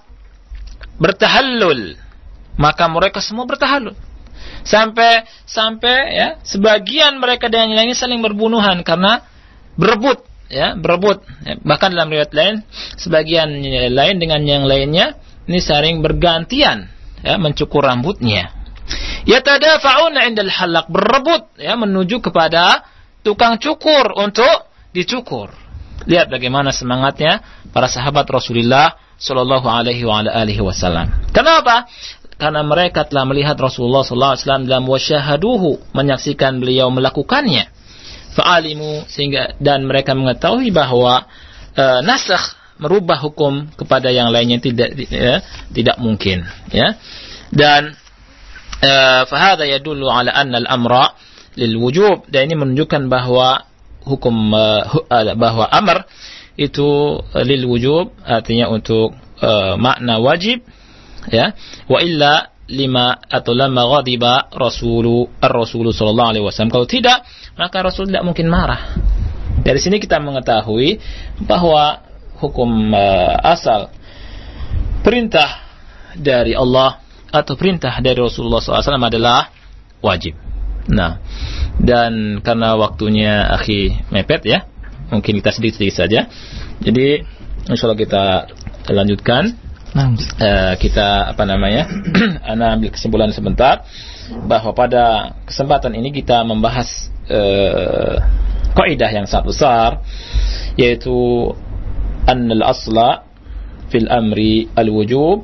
bertahallul, maka mereka semua bertahallul. Sampai sampai ya sebagian mereka dan yang lainnya saling berbunuhan karena berebut, ya, berebut. Bahkan dalam riwayat lain, sebagian lain dengan yang lainnya ini saling bergantian, ya, mencukur rambutnya. Yatadafa'una 'indal halaq, berebut, ya, menuju kepada tukang cukur untuk dicukur. Lihat bagaimana semangatnya para sahabat Rasulullah sallallahu alaihi wasallam. Kenapa? Karena mereka telah melihat Rasulullah sallallahu alaihi wasallam dalam wasyahaduhu, menyaksikan beliau melakukannya. Fa'alimu, sehingga dan mereka mengetahui bahwa uh, nasakh, merubah hukum kepada yang lainnya tidak ya, tidak mungkin, ya. Dan uh, fahadha yadullu ala anna al-amra lil wujub, dan ini menunjukkan bahwa hukum uh, bahwa amr itu uh, lil wujub, artinya untuk uh, makna wajib, ya. Wa illa lima atau lama ghadiba rasulu ar-rasul sallallahu alaihi wasallam, kalau tidak maka Rasul tidak mungkin marah. Dari sini kita mengetahui bahwa hukum uh, asal perintah dari Allah atau perintah dari Rasulullah sallallahu alaihi wasallam adalah wajib. Nah, dan karena waktunya akhi mepet, ya, mungkin kita sedikit-sedikit saja. Jadi insyaallah kita lanjutkan. Nah, uh, kita apa namanya? Ana ambil kesimpulan sebentar bahwa pada kesempatan ini kita membahas uh, kaidah yang sangat besar, yaitu annal asla fil amri al-wujub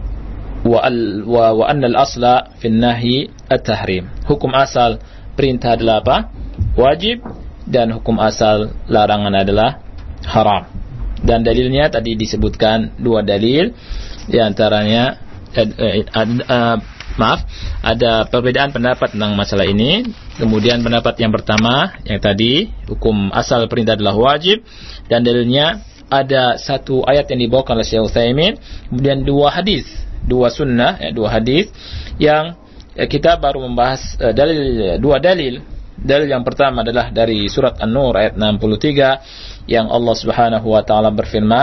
wa al wa, wa annal asla fil nahyi at-tahrim. Hukum asal perintah adalah apa? Wajib, dan hukum asal larangan adalah haram. Dan dalilnya tadi disebutkan dua dalil, di antaranya eh, eh, eh, maaf, ada perbedaan pendapat tentang masalah ini. Kemudian pendapat yang pertama yang tadi, hukum asal perintah adalah wajib, dan dalilnya ada satu ayat yang dibawakan oleh Syekh Utsaimin, kemudian dua hadis, dua sunnah, ya, dua hadis yang ya, kita baru membahas eh, dalil dua dalil. Dalil yang pertama adalah dari surat An-Nur ayat enam puluh tiga, yang Allah Subhanahu wa taala berfirman,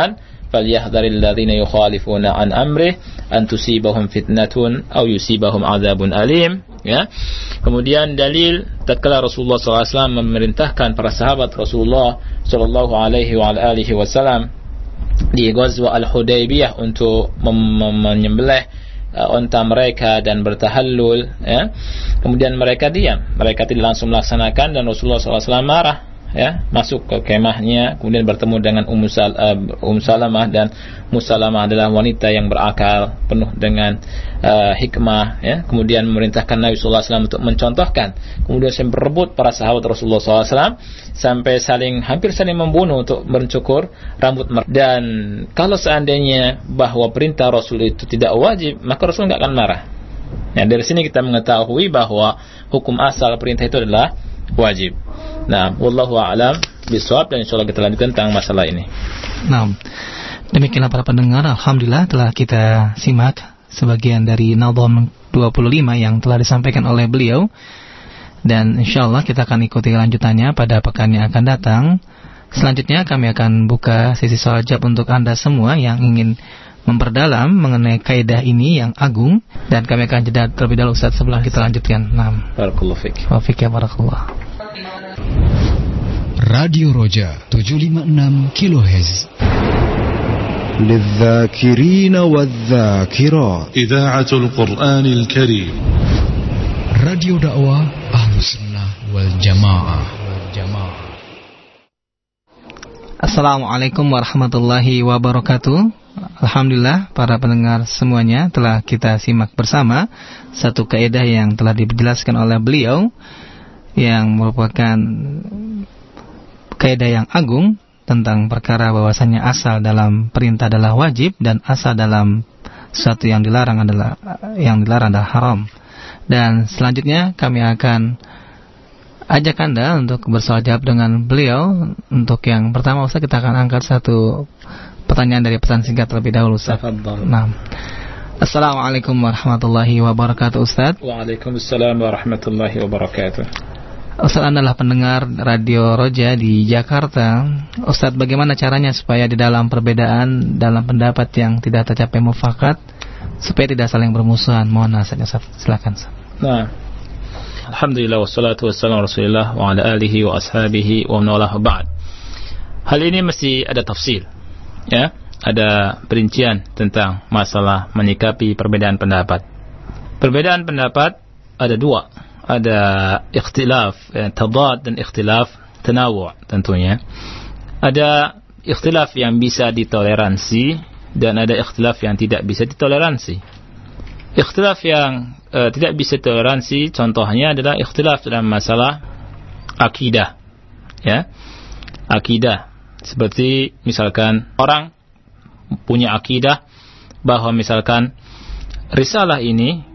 falyahdharil ladzina yukhalifuna an amrih an tusibahum fitnatun aw yusibahum adzabun alim. Ya. Kemudian dalil tatkala Rasulullah sallallahu alaihi wasallam memerintahkan para sahabat Rasulullah sallallahu alaihi wa alihi wasallam di Ghazwa Al-Hudaybiyah untuk menyembelih uh, unta mereka dan bertahallul, ya. Kemudian mereka diam, mereka tidak langsung melaksanakan, dan Rasulullah sallallahu alaihi wasallam marah, ya, masuk ke kemahnya, kemudian bertemu dengan Ummu Sal, uh, Ummu Salamah, dan Ummu Salamah adalah wanita yang berakal, penuh dengan uh, hikmah, ya. Kemudian memerintahkan Nabi sallallahu alaihi wasallam untuk mencontohkan, kemudian saya berebut para sahabat Rasulullah sallallahu alaihi wasallam sampai saling hampir saling membunuh untuk mencukur rambut mereka. Dan kalau seandainya bahwa perintah Rasul itu tidak wajib, maka Rasul tidak akan marah. Ya, dari sini kita mengetahui bahwa hukum asal perintah itu adalah wajib. Nah, wallahu a'lam bishawab, dan insyaallah kita lanjutkan tentang masalah ini. Nah, demikianlah para pendengar, alhamdulillah telah kita simak sebagian dari Nadham dua puluh lima yang telah disampaikan oleh beliau, dan insyaallah kita akan ikuti lanjutannya pada pekan yang akan datang. Selanjutnya kami akan buka sesi soal jawab untuk Anda semua yang ingin memperdalam mengenai kaidah ini yang agung, dan kami akan jeda terlebih dahulu Ustaz sebelum kita lanjutkan. Naam. Barakallahu fiik. Wa fiik ya barakallah. Radio Roja tujuh lima enam kilohertz. للذاكرين والذاكرات إذاعة القرآن الكريم. Radio dakwah Ahlus Sunnah wal Jamaah. Assalamualaikum warahmatullahi wabarakatuh. Alhamdulillah para pendengar semuanya, telah kita simak bersama satu kaidah yang telah dijelaskan oleh beliau, yang merupakan kaidah yang agung tentang perkara bahwasanya asal dalam perintah adalah wajib, dan asal dalam sesuatu yang dilarang adalah yang dilarang adalah haram. Dan selanjutnya kami akan ajak Anda untuk bersoal jawab dengan beliau. Untuk yang pertama Ustaz, kita akan angkat satu pertanyaan dari pesan singkat terlebih dahulu Ustaz. Nah. Assalamualaikum warahmatullahi wabarakatuh Ustaz. Waalaikumsalam warahmatullahi wabarakatuh. Ustaz, Anda adalah pendengar Radio Roja di Jakarta. Ustaz, bagaimana caranya supaya di dalam perbedaan dalam pendapat yang tidak tercapai mufakat, supaya tidak saling bermusuhan? Mohon nasihatnya Ustaz. Silakan Ustaz. Nah. Alhamdulillah wassalatu wassalamu Rasulillah wa ala alihi wa ashabihi wa man walahu ba'd. Hal ini mesti ada tafsir, ya, ada perincian tentang masalah menyikapi perbedaan pendapat. Perbedaan pendapat ada dua, ada ikhtilaf ya, tadad, dan ikhtilaf tanawu' tentunya. Ada ikhtilaf yang bisa ditoleransi dan ada ikhtilaf yang tidak bisa ditoleransi. Ikhtilaf yang uh, tidak bisa toleransi contohnya adalah ikhtilaf dalam masalah akidah, ya, akidah. Seperti misalkan orang punya akidah bahwa misalkan risalah ini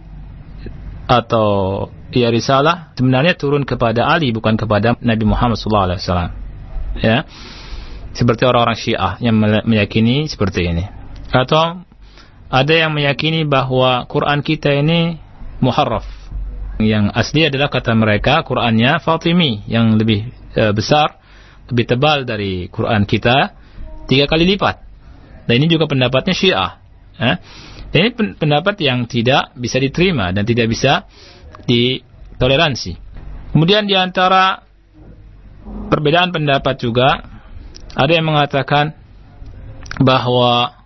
atau ya risalah sebenarnya turun kepada Ali, bukan kepada Nabi Muhammad sallallahu alaihi wasallam, ya, seperti orang-orang Syiah yang meyakini seperti ini. Atau ada yang meyakini bahwa Quran kita ini muharraf, yang asli adalah kata mereka Qurannya Fatimi, yang lebih e, besar, lebih tebal dari Quran kita tiga kali lipat. Dan ini juga pendapatnya Syiah, ya. Dan ini pendapat yang tidak bisa diterima dan tidak bisa ditoleransi. Kemudian di antara perbedaan pendapat juga ada yang mengatakan bahwa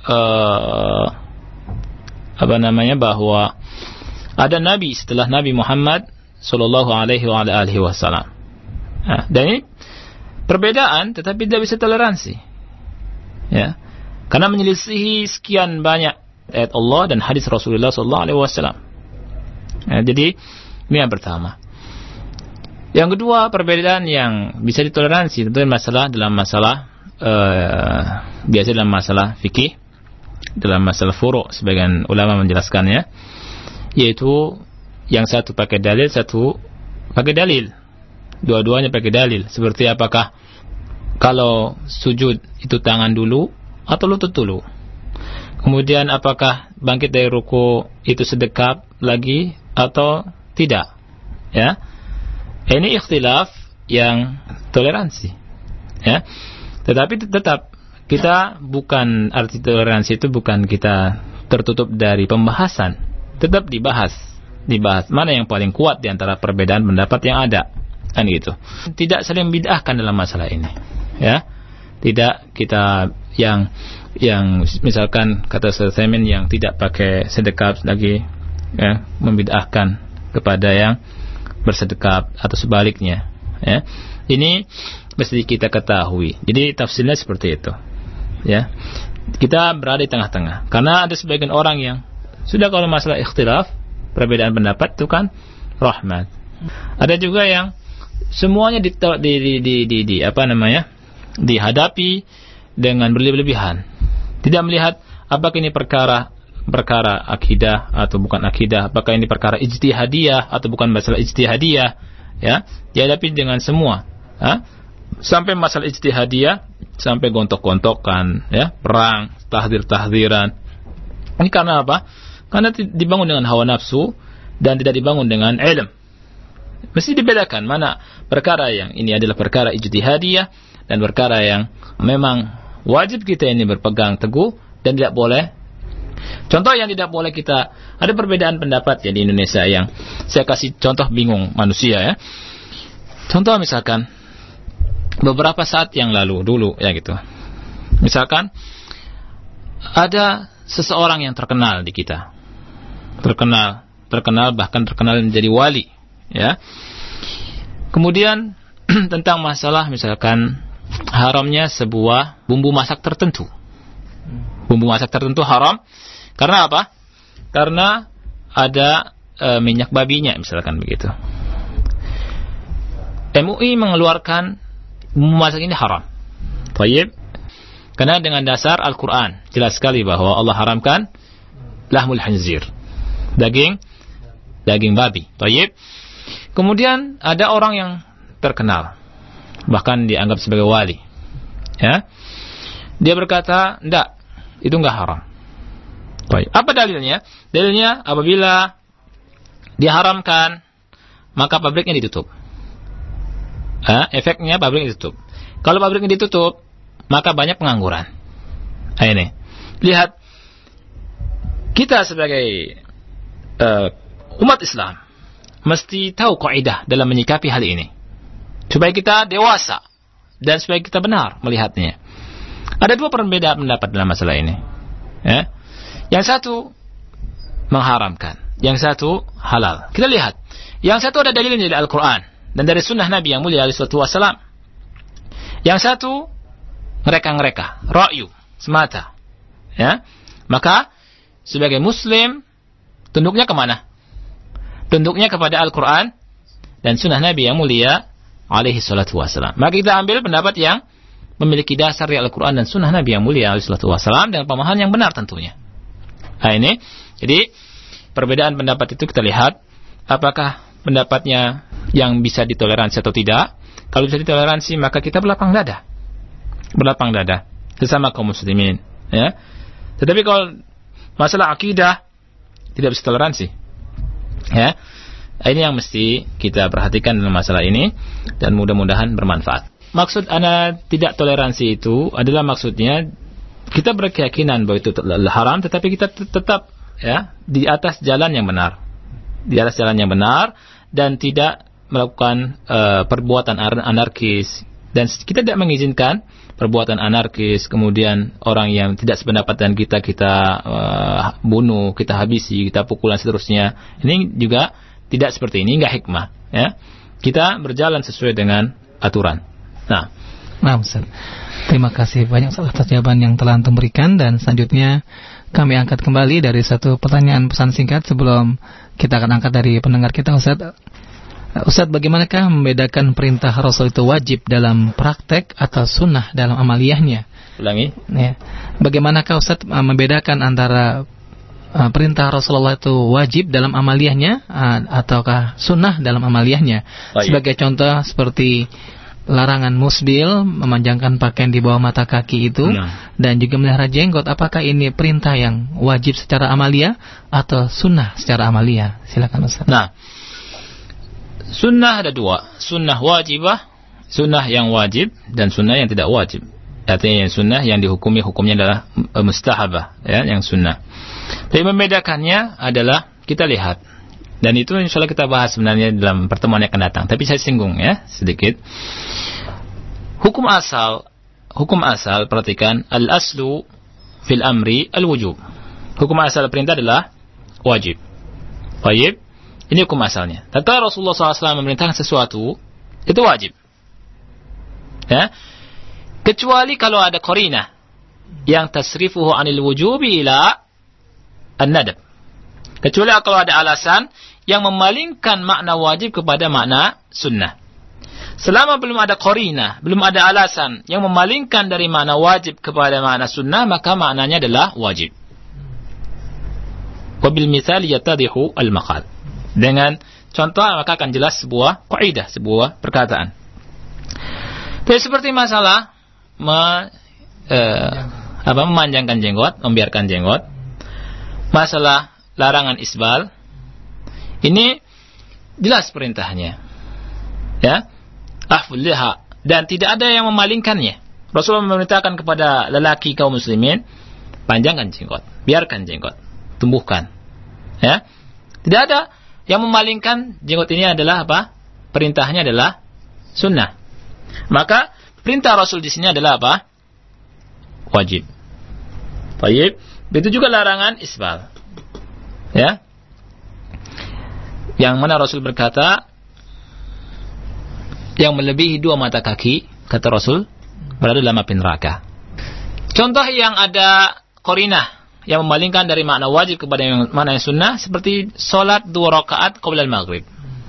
Uh, apa namanya bahwa ada nabi setelah Nabi Muhammad sallallahu alaihi wa alihi wasallam. Nah, dan ini perbedaan tetapi tidak bisa toleransi, ya, karena menyelisihi sekian banyak ayat Allah dan hadis Rasulullah sallallahu alaihi wasallam. Ya, jadi ini yang pertama. Yang kedua, perbedaan yang bisa ditoleransi tentu masalah dalam masalah uh, biasa dalam masalah fikih, dalam masalah furu', sebagian ulama menjelaskannya, yaitu yang satu pakai dalil, satu pakai dalil, dua-duanya pakai dalil. Seperti apakah kalau sujud itu tangan dulu atau lutut dulu, kemudian apakah bangkit dari ruku itu sedekap lagi atau tidak, ya. Ini ikhtilaf yang toleransi, ya. Tetapi tetap kita bukan, arti toleransi itu bukan kita tertutup dari pembahasan, tetap dibahas, dibahas mana yang paling kuat di antara perbedaan pendapat yang ada, kan gitu. Tidak saling bid'ahkan dalam masalah ini, ya. Tidak kita yang yang misalkan kata Sulaiman yang tidak pakai sedekap lagi, ya, membid'ahkan kepada yang bersedekap atau sebaliknya, ya. Ini mesti kita ketahui. Jadi tafsirnya seperti itu, ya. Kita berada di tengah-tengah. Karena ada sebagian orang yang sudah kalau masalah ikhtilaf, perbedaan pendapat itu kan rahmat. Ada juga yang semuanya di, di, di, di, di, di apa namanya dihadapi dengan berlebihan. Tidak melihat apakah ini perkara perkara akidah atau bukan akidah, apakah ini perkara ijtihadiyah atau bukan masalah ijtihadiyah, ya. Dihadapi dengan semua, ha? Sampai masalah ijtihadiyah, sampai gontok-gontokan, ya, perang, tahdir-tahdiran. Ini karena apa? Karena dibangun dengan hawa nafsu dan tidak dibangun dengan ilm. Mesti dibedakan mana perkara yang ini adalah perkara ijtihadiyah dan perkara yang memang wajib kita ini berpegang teguh dan tidak boleh. Contoh yang tidak boleh kita, ada perbedaan pendapat ya di Indonesia yang saya kasih contoh bingung manusia, ya. Contoh misalkan beberapa saat yang lalu dulu ya gitu. Misalkan ada seseorang yang terkenal di kita. Terkenal, terkenal bahkan terkenal menjadi wali, ya. Kemudian tentang masalah misalkan haramnya sebuah bumbu masak tertentu. Bumbu masak tertentu haram karena apa? Karena ada e, minyak babinya misalkan begitu. M U I mengeluarkan bumbu masak ini haram. Baik. Karena dengan dasar Al-Quran jelas sekali bahwa Allah haramkan lahmul khinzir, daging daging babi. Baik. Kemudian ada orang yang terkenal, bahkan dianggap sebagai wali, ya. Dia berkata, "Enggak, itu enggak haram." Baik. Apa dalilnya? Dalilnya apabila diharamkan, maka pabriknya ditutup. Ha? Efeknya pabriknya ditutup. Kalau pabriknya ditutup, maka banyak pengangguran. Nah, ini. Lihat, kita sebagai uh, umat Islam mesti tahu kaidah dalam menyikapi hal ini. Supaya kita dewasa dan supaya kita benar melihatnya. Ada dua perbedaan pendapat dalam masalah ini, ya. Yang satu mengharamkan, yang satu halal. Kita lihat, yang satu ada dalilnya dari Al-Quran dan dari Sunnah Nabi yang mulia alaihi wassalam. Yang satu mereka-mereka, ra'yu semata, ya. Maka sebagai Muslim tunduknya kemana? Tunduknya kepada Al-Quran dan Sunnah Nabi yang mulia alaihi wassalam. Maka kita ambil pendapat yang memiliki dasar di Al-Quran dan Sunnah Nabi yang mulia alaihi wassalam dengan pemahaman yang benar tentunya. Nah ini, jadi perbedaan pendapat itu kita lihat apakah pendapatnya yang bisa ditoleransi atau tidak. Kalau bisa ditoleransi maka kita berlapang dada, berlapang dada sesama kaum muslimin, ya. Tetapi kalau masalah akidah tidak bisa toleransi, ya. Ini yang mesti kita perhatikan dalam masalah ini dan mudah-mudahan bermanfaat. Maksud ana tidak toleransi itu adalah maksudnya kita berkeyakinan bahwa itu haram, tetapi kita tetap ya di atas jalan yang benar, di atas jalan yang benar dan tidak melakukan uh, perbuatan anarkis, dan kita tidak mengizinkan perbuatan anarkis, kemudian orang yang tidak sependapat dengan kita kita uh, bunuh, kita habisi, kita pukul dan seterusnya. Ini juga tidak seperti ini, enggak hikmah, ya. Kita berjalan sesuai dengan aturan. Nah, nah Ustaz, terima kasih banyak atas jawaban yang telah Antum berikan, dan selanjutnya kami angkat kembali dari satu pertanyaan pesan singkat sebelum kita akan angkat dari pendengar kita. Ustaz, Ustaz, bagaimanakah membedakan perintah Rasul itu wajib dalam praktek atau sunnah dalam amaliyahnya? Ulangi. Ya. Bagaimanakah Ustaz membedakan antara uh, perintah Rasulullah itu wajib dalam amaliyahnya uh, ataukah sunnah dalam amaliyahnya? Oh, iya. Sebagai contoh seperti larangan musbil, memanjangkan pakaian di bawah mata kaki itu, nah. dan juga melihara jenggot. Apakah ini perintah yang wajib secara amaliyah atau sunnah secara amaliyah? Silakan Ustaz. Nah, sunnah ada dua, sunnah wajibah, sunnah yang wajib dan sunnah yang tidak wajib. artinya yang sunnah, yang dihukumi hukumnya adalah mustahabah, ya, yang sunnah. Tapi membedakannya adalah kita lihat, dan itu insyaallah kita bahas sebenarnya dalam pertemuan yang akan datang. Tapi saya singgung ya sedikit. Hukum asal, hukum asal perhatikan, al aslu fil amri al wujub. Hukum asal perintah adalah wajib. Baik, ini hukum asalnya. Tatkala Rasulullah shallallahu alaihi wasallam memerintahkan sesuatu, itu wajib. Ya, kecuali kalau ada qarinah yang tasrifuhu anil wujubi ila an-nadab. Kecuali kalau ada alasan yang memalingkan makna wajib kepada makna sunnah. Selama belum ada qarinah, belum ada alasan yang memalingkan dari makna wajib kepada makna sunnah, maka maknanya adalah wajib. Wabil mithal yatadihu al-maqal. Dengan contoh maka akan jelas sebuah kaidah, sebuah perkataan. Jadi seperti masalah me, eh, apa, memanjangkan jenggot, membiarkan jenggot, masalah larangan isbal, ini jelas perintahnya, ya, ahful liha, dan tidak ada yang memalingkannya. Rasulullah memerintahkan kepada lelaki kaum muslimin, panjangkan jenggot, biarkan jenggot, tumbuhkan, ya, tidak ada yang memalingkan jenggot ini adalah apa? Perintahnya adalah sunnah. Maka perintah Rasul di sini adalah apa? Wajib. Baik. Begitu juga larangan isbal. Ya. Yang mana Rasul berkata, yang melebihi dua mata kaki, kata Rasul, berada dalam api neraka. Contoh yang ada qarinah yang memalingkan dari makna wajib kepada yang makna yang sunnah, seperti solat dua rakaat qabla al-maghrib.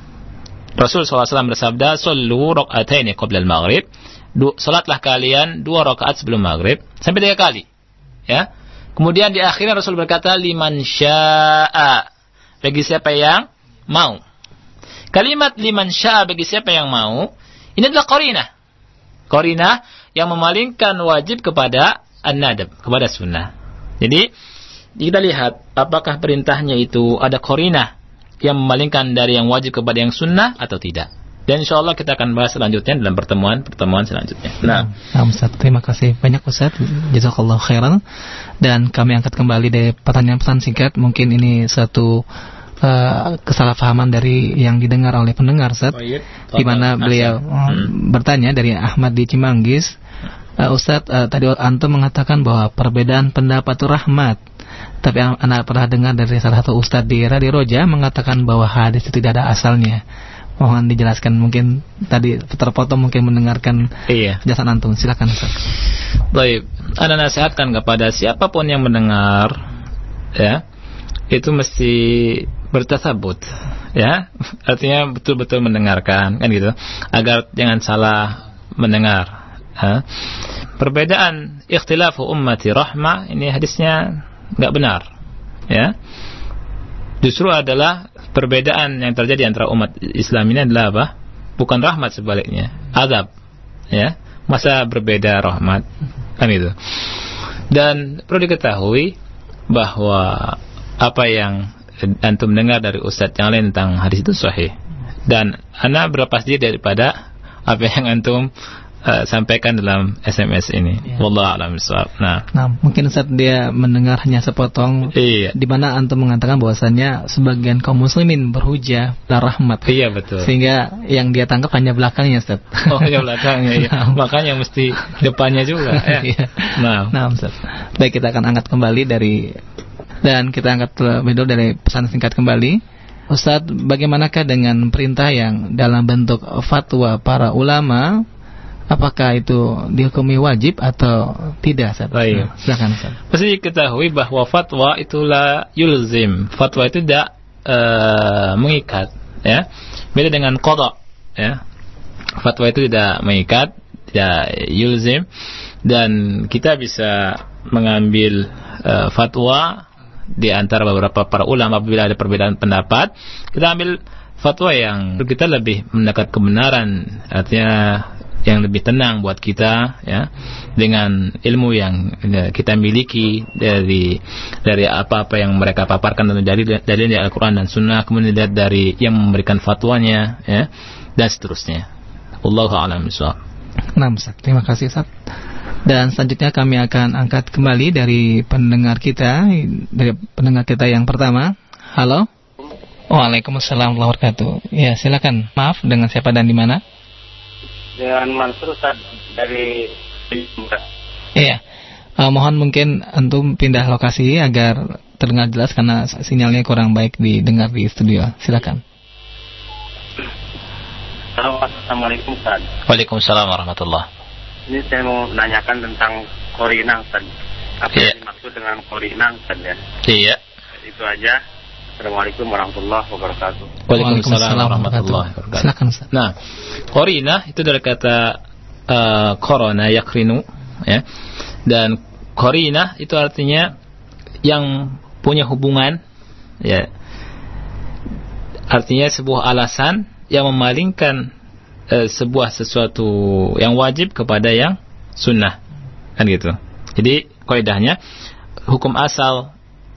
Rasul shallallahu alaihi wasallam bersabda, "Shallu raka'ataini qabla al-maghrib." Salatlah kalian dua rakaat sebelum maghrib, sampai tiga kali. Ya. Kemudian di akhirnya Rasul berkata, "Liman syaa." Bagi siapa yang mau. Kalimat liman syaa, bagi siapa yang mau, ini adalah qarinah. Qarinah yang memalingkan wajib kepada an-nadab, kepada sunnah. Jadi kita lihat apakah perintahnya itu ada qarinah yang memalingkan dari yang wajib kepada yang sunnah atau tidak. Dan insyaallah kita akan bahas selanjutnya dalam pertemuan-pertemuan selanjutnya. Nah, nah Ustaz, terima kasih banyak Ustaz. Jazakallahu khairan. Dan kami angkat kembali dari pertanyaan pesan singkat. Mungkin ini satu uh, kesalahpahaman dari yang didengar oleh pendengar Ustaz. Oh, iya. Di mana beliau hmm. bertanya dari Ahmad di Cimanggis. Uh, Ustaz, uh, tadi antum mengatakan bahwa perbedaan pendapat itu rahmat. Tapi anak pernah dengar dari salah satu ustaz di Radio Roja mengatakan bahwa hadis itu tidak ada asalnya. Mohon dijelaskan, mungkin tadi terpotong mungkin mendengarkan iya. Jelasan antum. Silakan Ustaz. Baik, Anda nasihatkan kepada siapapun yang mendengar, ya, itu mesti bertasabut, ya, artinya betul-betul mendengarkan, kan gitu, agar jangan salah mendengar. Ya. Perbedaan ikhtilafu ummati rahmah, ini hadisnya nggak benar, ya. Justru adalah perbedaan yang terjadi antara umat Islam ini adalah apa? Bukan rahmat, sebaliknya azab, ya. Masa berbeda rahmat, kan itu. Dan perlu diketahui bahwa apa yang antum dengar dari ustadz yang lain tentang hadis itu sahih, dan ana berlepas diri daripada apa yang antum Uh, sampaikan dalam S M S ini. Ya. Wallahu a'lam bishawab. Nah, nah, mungkin saat dia mendengar hanya sepotong, iya. Di mana antum mengatakan bahwasanya sebagian kaum muslimin berhujah la rahmat. Iya, betul. Sehingga yang dia tangkap hanya belakangnya, Ustaz. Oh, ya belakangnya, iya. Nah. Makanya mesti depannya juga, ya. Iya. Nah, nah, Ustaz. Baik, kita akan angkat kembali dari dan kita angkat video dari pesan singkat kembali. Ustaz, bagaimanakah dengan perintah yang dalam bentuk fatwa para ulama? Apakah itu dihukumi wajib atau tidak? Baik. Silakan Ustaz. Pasti diketahui bahwa fatwa itulah yulzim. Fatwa itu tidak uh, mengikat, ya. Beda dengan qada, ya. Fatwa itu tidak mengikat, tidak yulzim, dan kita bisa mengambil uh, fatwa di antara beberapa para ulama apabila ada perbedaan pendapat. Kita ambil fatwa yang kita lebih mendekat kebenaran, artinya yang lebih tenang buat kita, ya, dengan ilmu yang kita miliki dari dari apa-apa yang mereka paparkan dan dari dari Al-Quran dan Sunnah, kemudian dilihat dari yang memberikan fatwanya, ya, dan seterusnya. Wallahu a'lam bishawab. Nah, Ustaz, terima kasih Ustaz. Dan selanjutnya kami akan angkat kembali dari pendengar kita, dari pendengar kita yang pertama. Halo. Waalaikumsalam warahmatullahi wabarakatuh. Ya, silakan. Maaf, dengan siapa dan di mana? Dengan Mansur Ustaz dari. Iya. Uh, mohon mungkin antum pindah lokasi agar terdengar jelas karena sinyalnya kurang baik didengar di studio. Silakan. Assalamualaikum Ustaz. Waalaikumsalam warahmatullahi. Ini saya mau menanyakan tentang korina Ustaz. Apa iya. yang dimaksud dengan korina Ustaz ya? Iya. Itu aja. Assalamualaikum warahmatullahi wabarakatuh. Waalaikumsalam warahmatullahi wabarakatuh. Silakan Ustaz. Nah, korina itu dari kata uh, korona yakrinu, ya. Dan korina itu artinya yang punya hubungan, ya. Artinya sebuah alasan yang memalingkan uh, sebuah sesuatu yang wajib kepada yang sunnah, kan gitu. Jadi kaidahnya hukum asal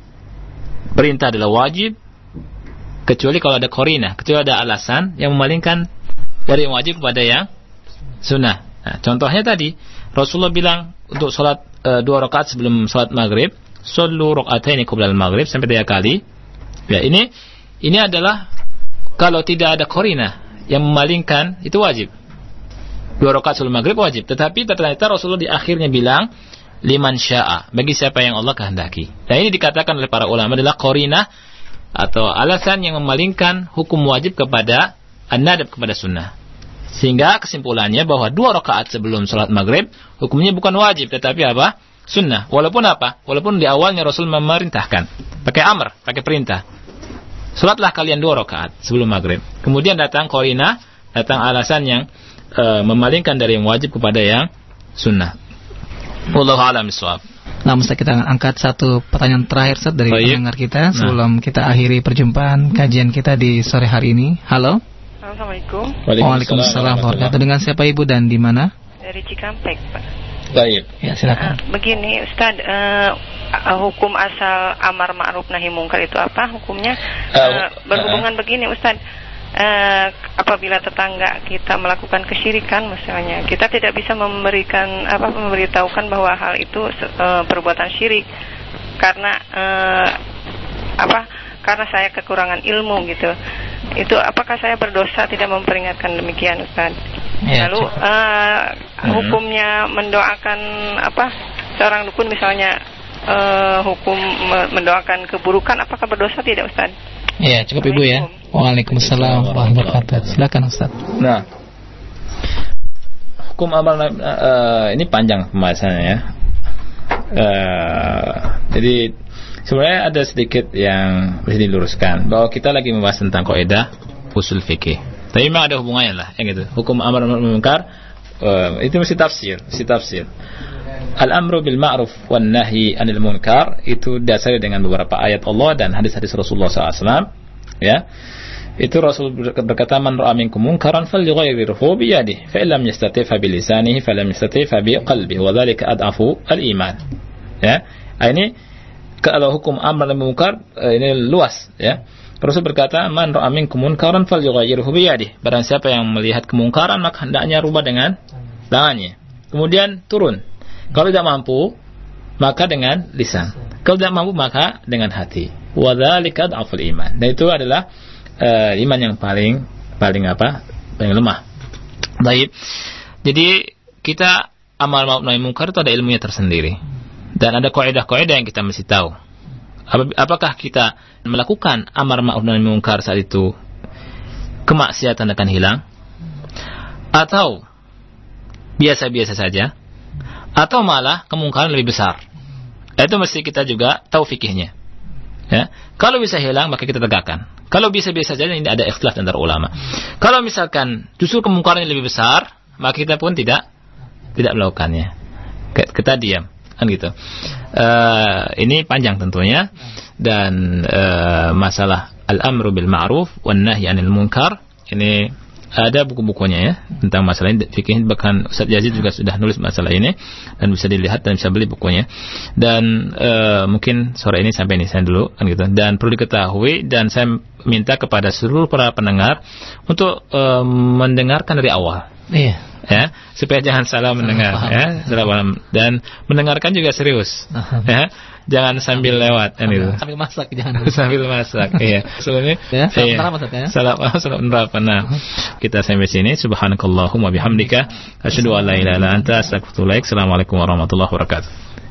perintah adalah wajib kecuali kalau ada korina, kecuali ada alasan yang memalingkan dari yang wajib kepada yang sunnah. Nah, contohnya tadi Rasulullah bilang untuk sholat e, dua rakaat sebelum sholat maghrib, shollu raka'ataini qabla al-maghrib sampai tiga kali. Ya, ini ini adalah kalau tidak ada korina yang memalingkan itu wajib. Dua rakaat sebelum maghrib wajib. Tetapi ternyata Rasulullah di akhirnya bilang liman sya'a, bagi siapa yang Allah kehendaki. Dan ini dikatakan oleh para ulama adalah korina atau alasan yang memalingkan hukum wajib kepada an-nadab, kepada sunnah. Sehingga kesimpulannya bahwa dua rakaat sebelum sholat maghrib hukumnya bukan wajib tetapi apa? Sunnah. Walaupun apa? Walaupun di awalnya Rasul memerintahkan pakai amr, pakai perintah. Sholatlah kalian dua rakaat sebelum maghrib. Kemudian datang korina, datang alasan yang e, memalingkan dari yang wajib kepada yang sunnah. Wallahu a'lam bishawab. Nah, Ustaz, kita angkat satu pertanyaan terakhir Ustaz dari Baik. pendengar kita sebelum nah. kita akhiri perjumpaan kajian kita di sore hari ini. Halo. Assalamualaikum. Waalaikumsalam warahmatullahi wabarakatuh. Dengan siapa Ibu dan di mana? Dari Cikampek, Pak. Baik. Ya, silakan. Uh, begini, Ustaz, uh, hukum asal amar ma'ruf nahi mungkar itu apa hukumnya? Uh, uh, berhubungan uh, begini, Ustaz. Uh, apabila tetangga kita melakukan kesyirikan misalnya, kita tidak bisa memberikan apa memberitahukan bahwa hal itu uh, perbuatan syirik karena uh, apa karena saya kekurangan ilmu gitu. Itu apakah saya berdosa tidak memperingatkan demikian, Ustaz? Ya, lalu uh, hukumnya mendoakan apa seorang dukun misalnya uh, hukum mendoakan keburukan, apakah berdosa tidak, Ustaz? Ya, cukup Ibu ya. Waalaikumsalam warahmatullahi wabarakatuh. Silakan Ustaz. Nah, hukum amal uh, ini panjang pembahasannya ya. Uh, jadi sebenarnya ada sedikit yang bisa diluruskan bahwa kita lagi membahas tentang kaidah usul fikih. Tapi memang ada hubungannya lah, yang gitu. Hukum amar ma'ruf munkar uh, itu mesti tafsir, mesti tafsir. Al-amru bil ma'ruf wan nahyi 'anil munkar itu dasarnya dengan beberapa ayat Allah dan hadis-hadis Rasulullah sallallahu alaihi wasallam, ya. Itu Rasul berkata, man ra'a minkum munkaran falyughayyirhu bi yadihi, fa illam yastati' fa bi lisanihi, fa lam yastati' fa bi qalbihi, wa dzalika ad'afu al-iman. Ya. Ini kalau hukum amar dan munkar ini luas, ya. Rasul berkata, man ra'a minkum munkaran falyughayyirhu bi yadihi. Barang siapa yang melihat kemungkaran maka hendaknya rubah dengan tangannya. Kemudian turun. Kalau tidak mampu maka dengan lisan. Kalau tidak mampu maka dengan hati. Wa dzalika ad'aful iman. Dan itu adalah uh, iman yang paling paling apa? Paling lemah. Baik. Jadi kita amar ma'ruf nahi munkar itu ada ilmunya tersendiri. Dan ada kaidah-kaidah yang kita mesti tahu. Apakah kita melakukan amar ma'ruf nahi munkar saat itu kemaksiatan akan hilang? Atau biasa-biasa saja? Atau malah kemungkaran lebih besar? Itu mesti kita juga tahu fikihnya. Ya. Kalau bisa hilang maka kita tegakkan. Kalau bisa-biasa saja, ini ada ikhtilaf antara ulama. Kalau misalkan justru kemungkarannya lebih besar, maka kita pun tidak tidak melakukannya. Kita diam, kan gitu. Uh, ini panjang tentunya, dan uh, masalah al-amru bil ma'ruf wan nahyi 'anil munkar ini ada buku-bukunya ya tentang masalah ini, fikih, bahkan Ustaz Yazid juga sudah nulis masalah ini dan bisa dilihat dan bisa beli bukunya. Dan uh, mungkin sore ini sampai ini saya dulu, kan gitu. Dan perlu diketahui, dan saya minta kepada seluruh para pendengar untuk uh, mendengarkan dari awal. Iya. ya, supaya jangan salah mendengar, ya, salah paham. Dan mendengarkan juga serius, ya. Jangan sambil lewat kan itu. Sambil masak jangan. Sambil masak, iya. Soalnya ya, salah iya. penerapan ya. Salah salah penerapan. Nah, kita sampai sini. Subhanakallahumma bihamdika asyhadu an la ilaha illa anta astaghfiruka wa atubu ilaik. Assalamualaikum warahmatullahi wabarakatuh.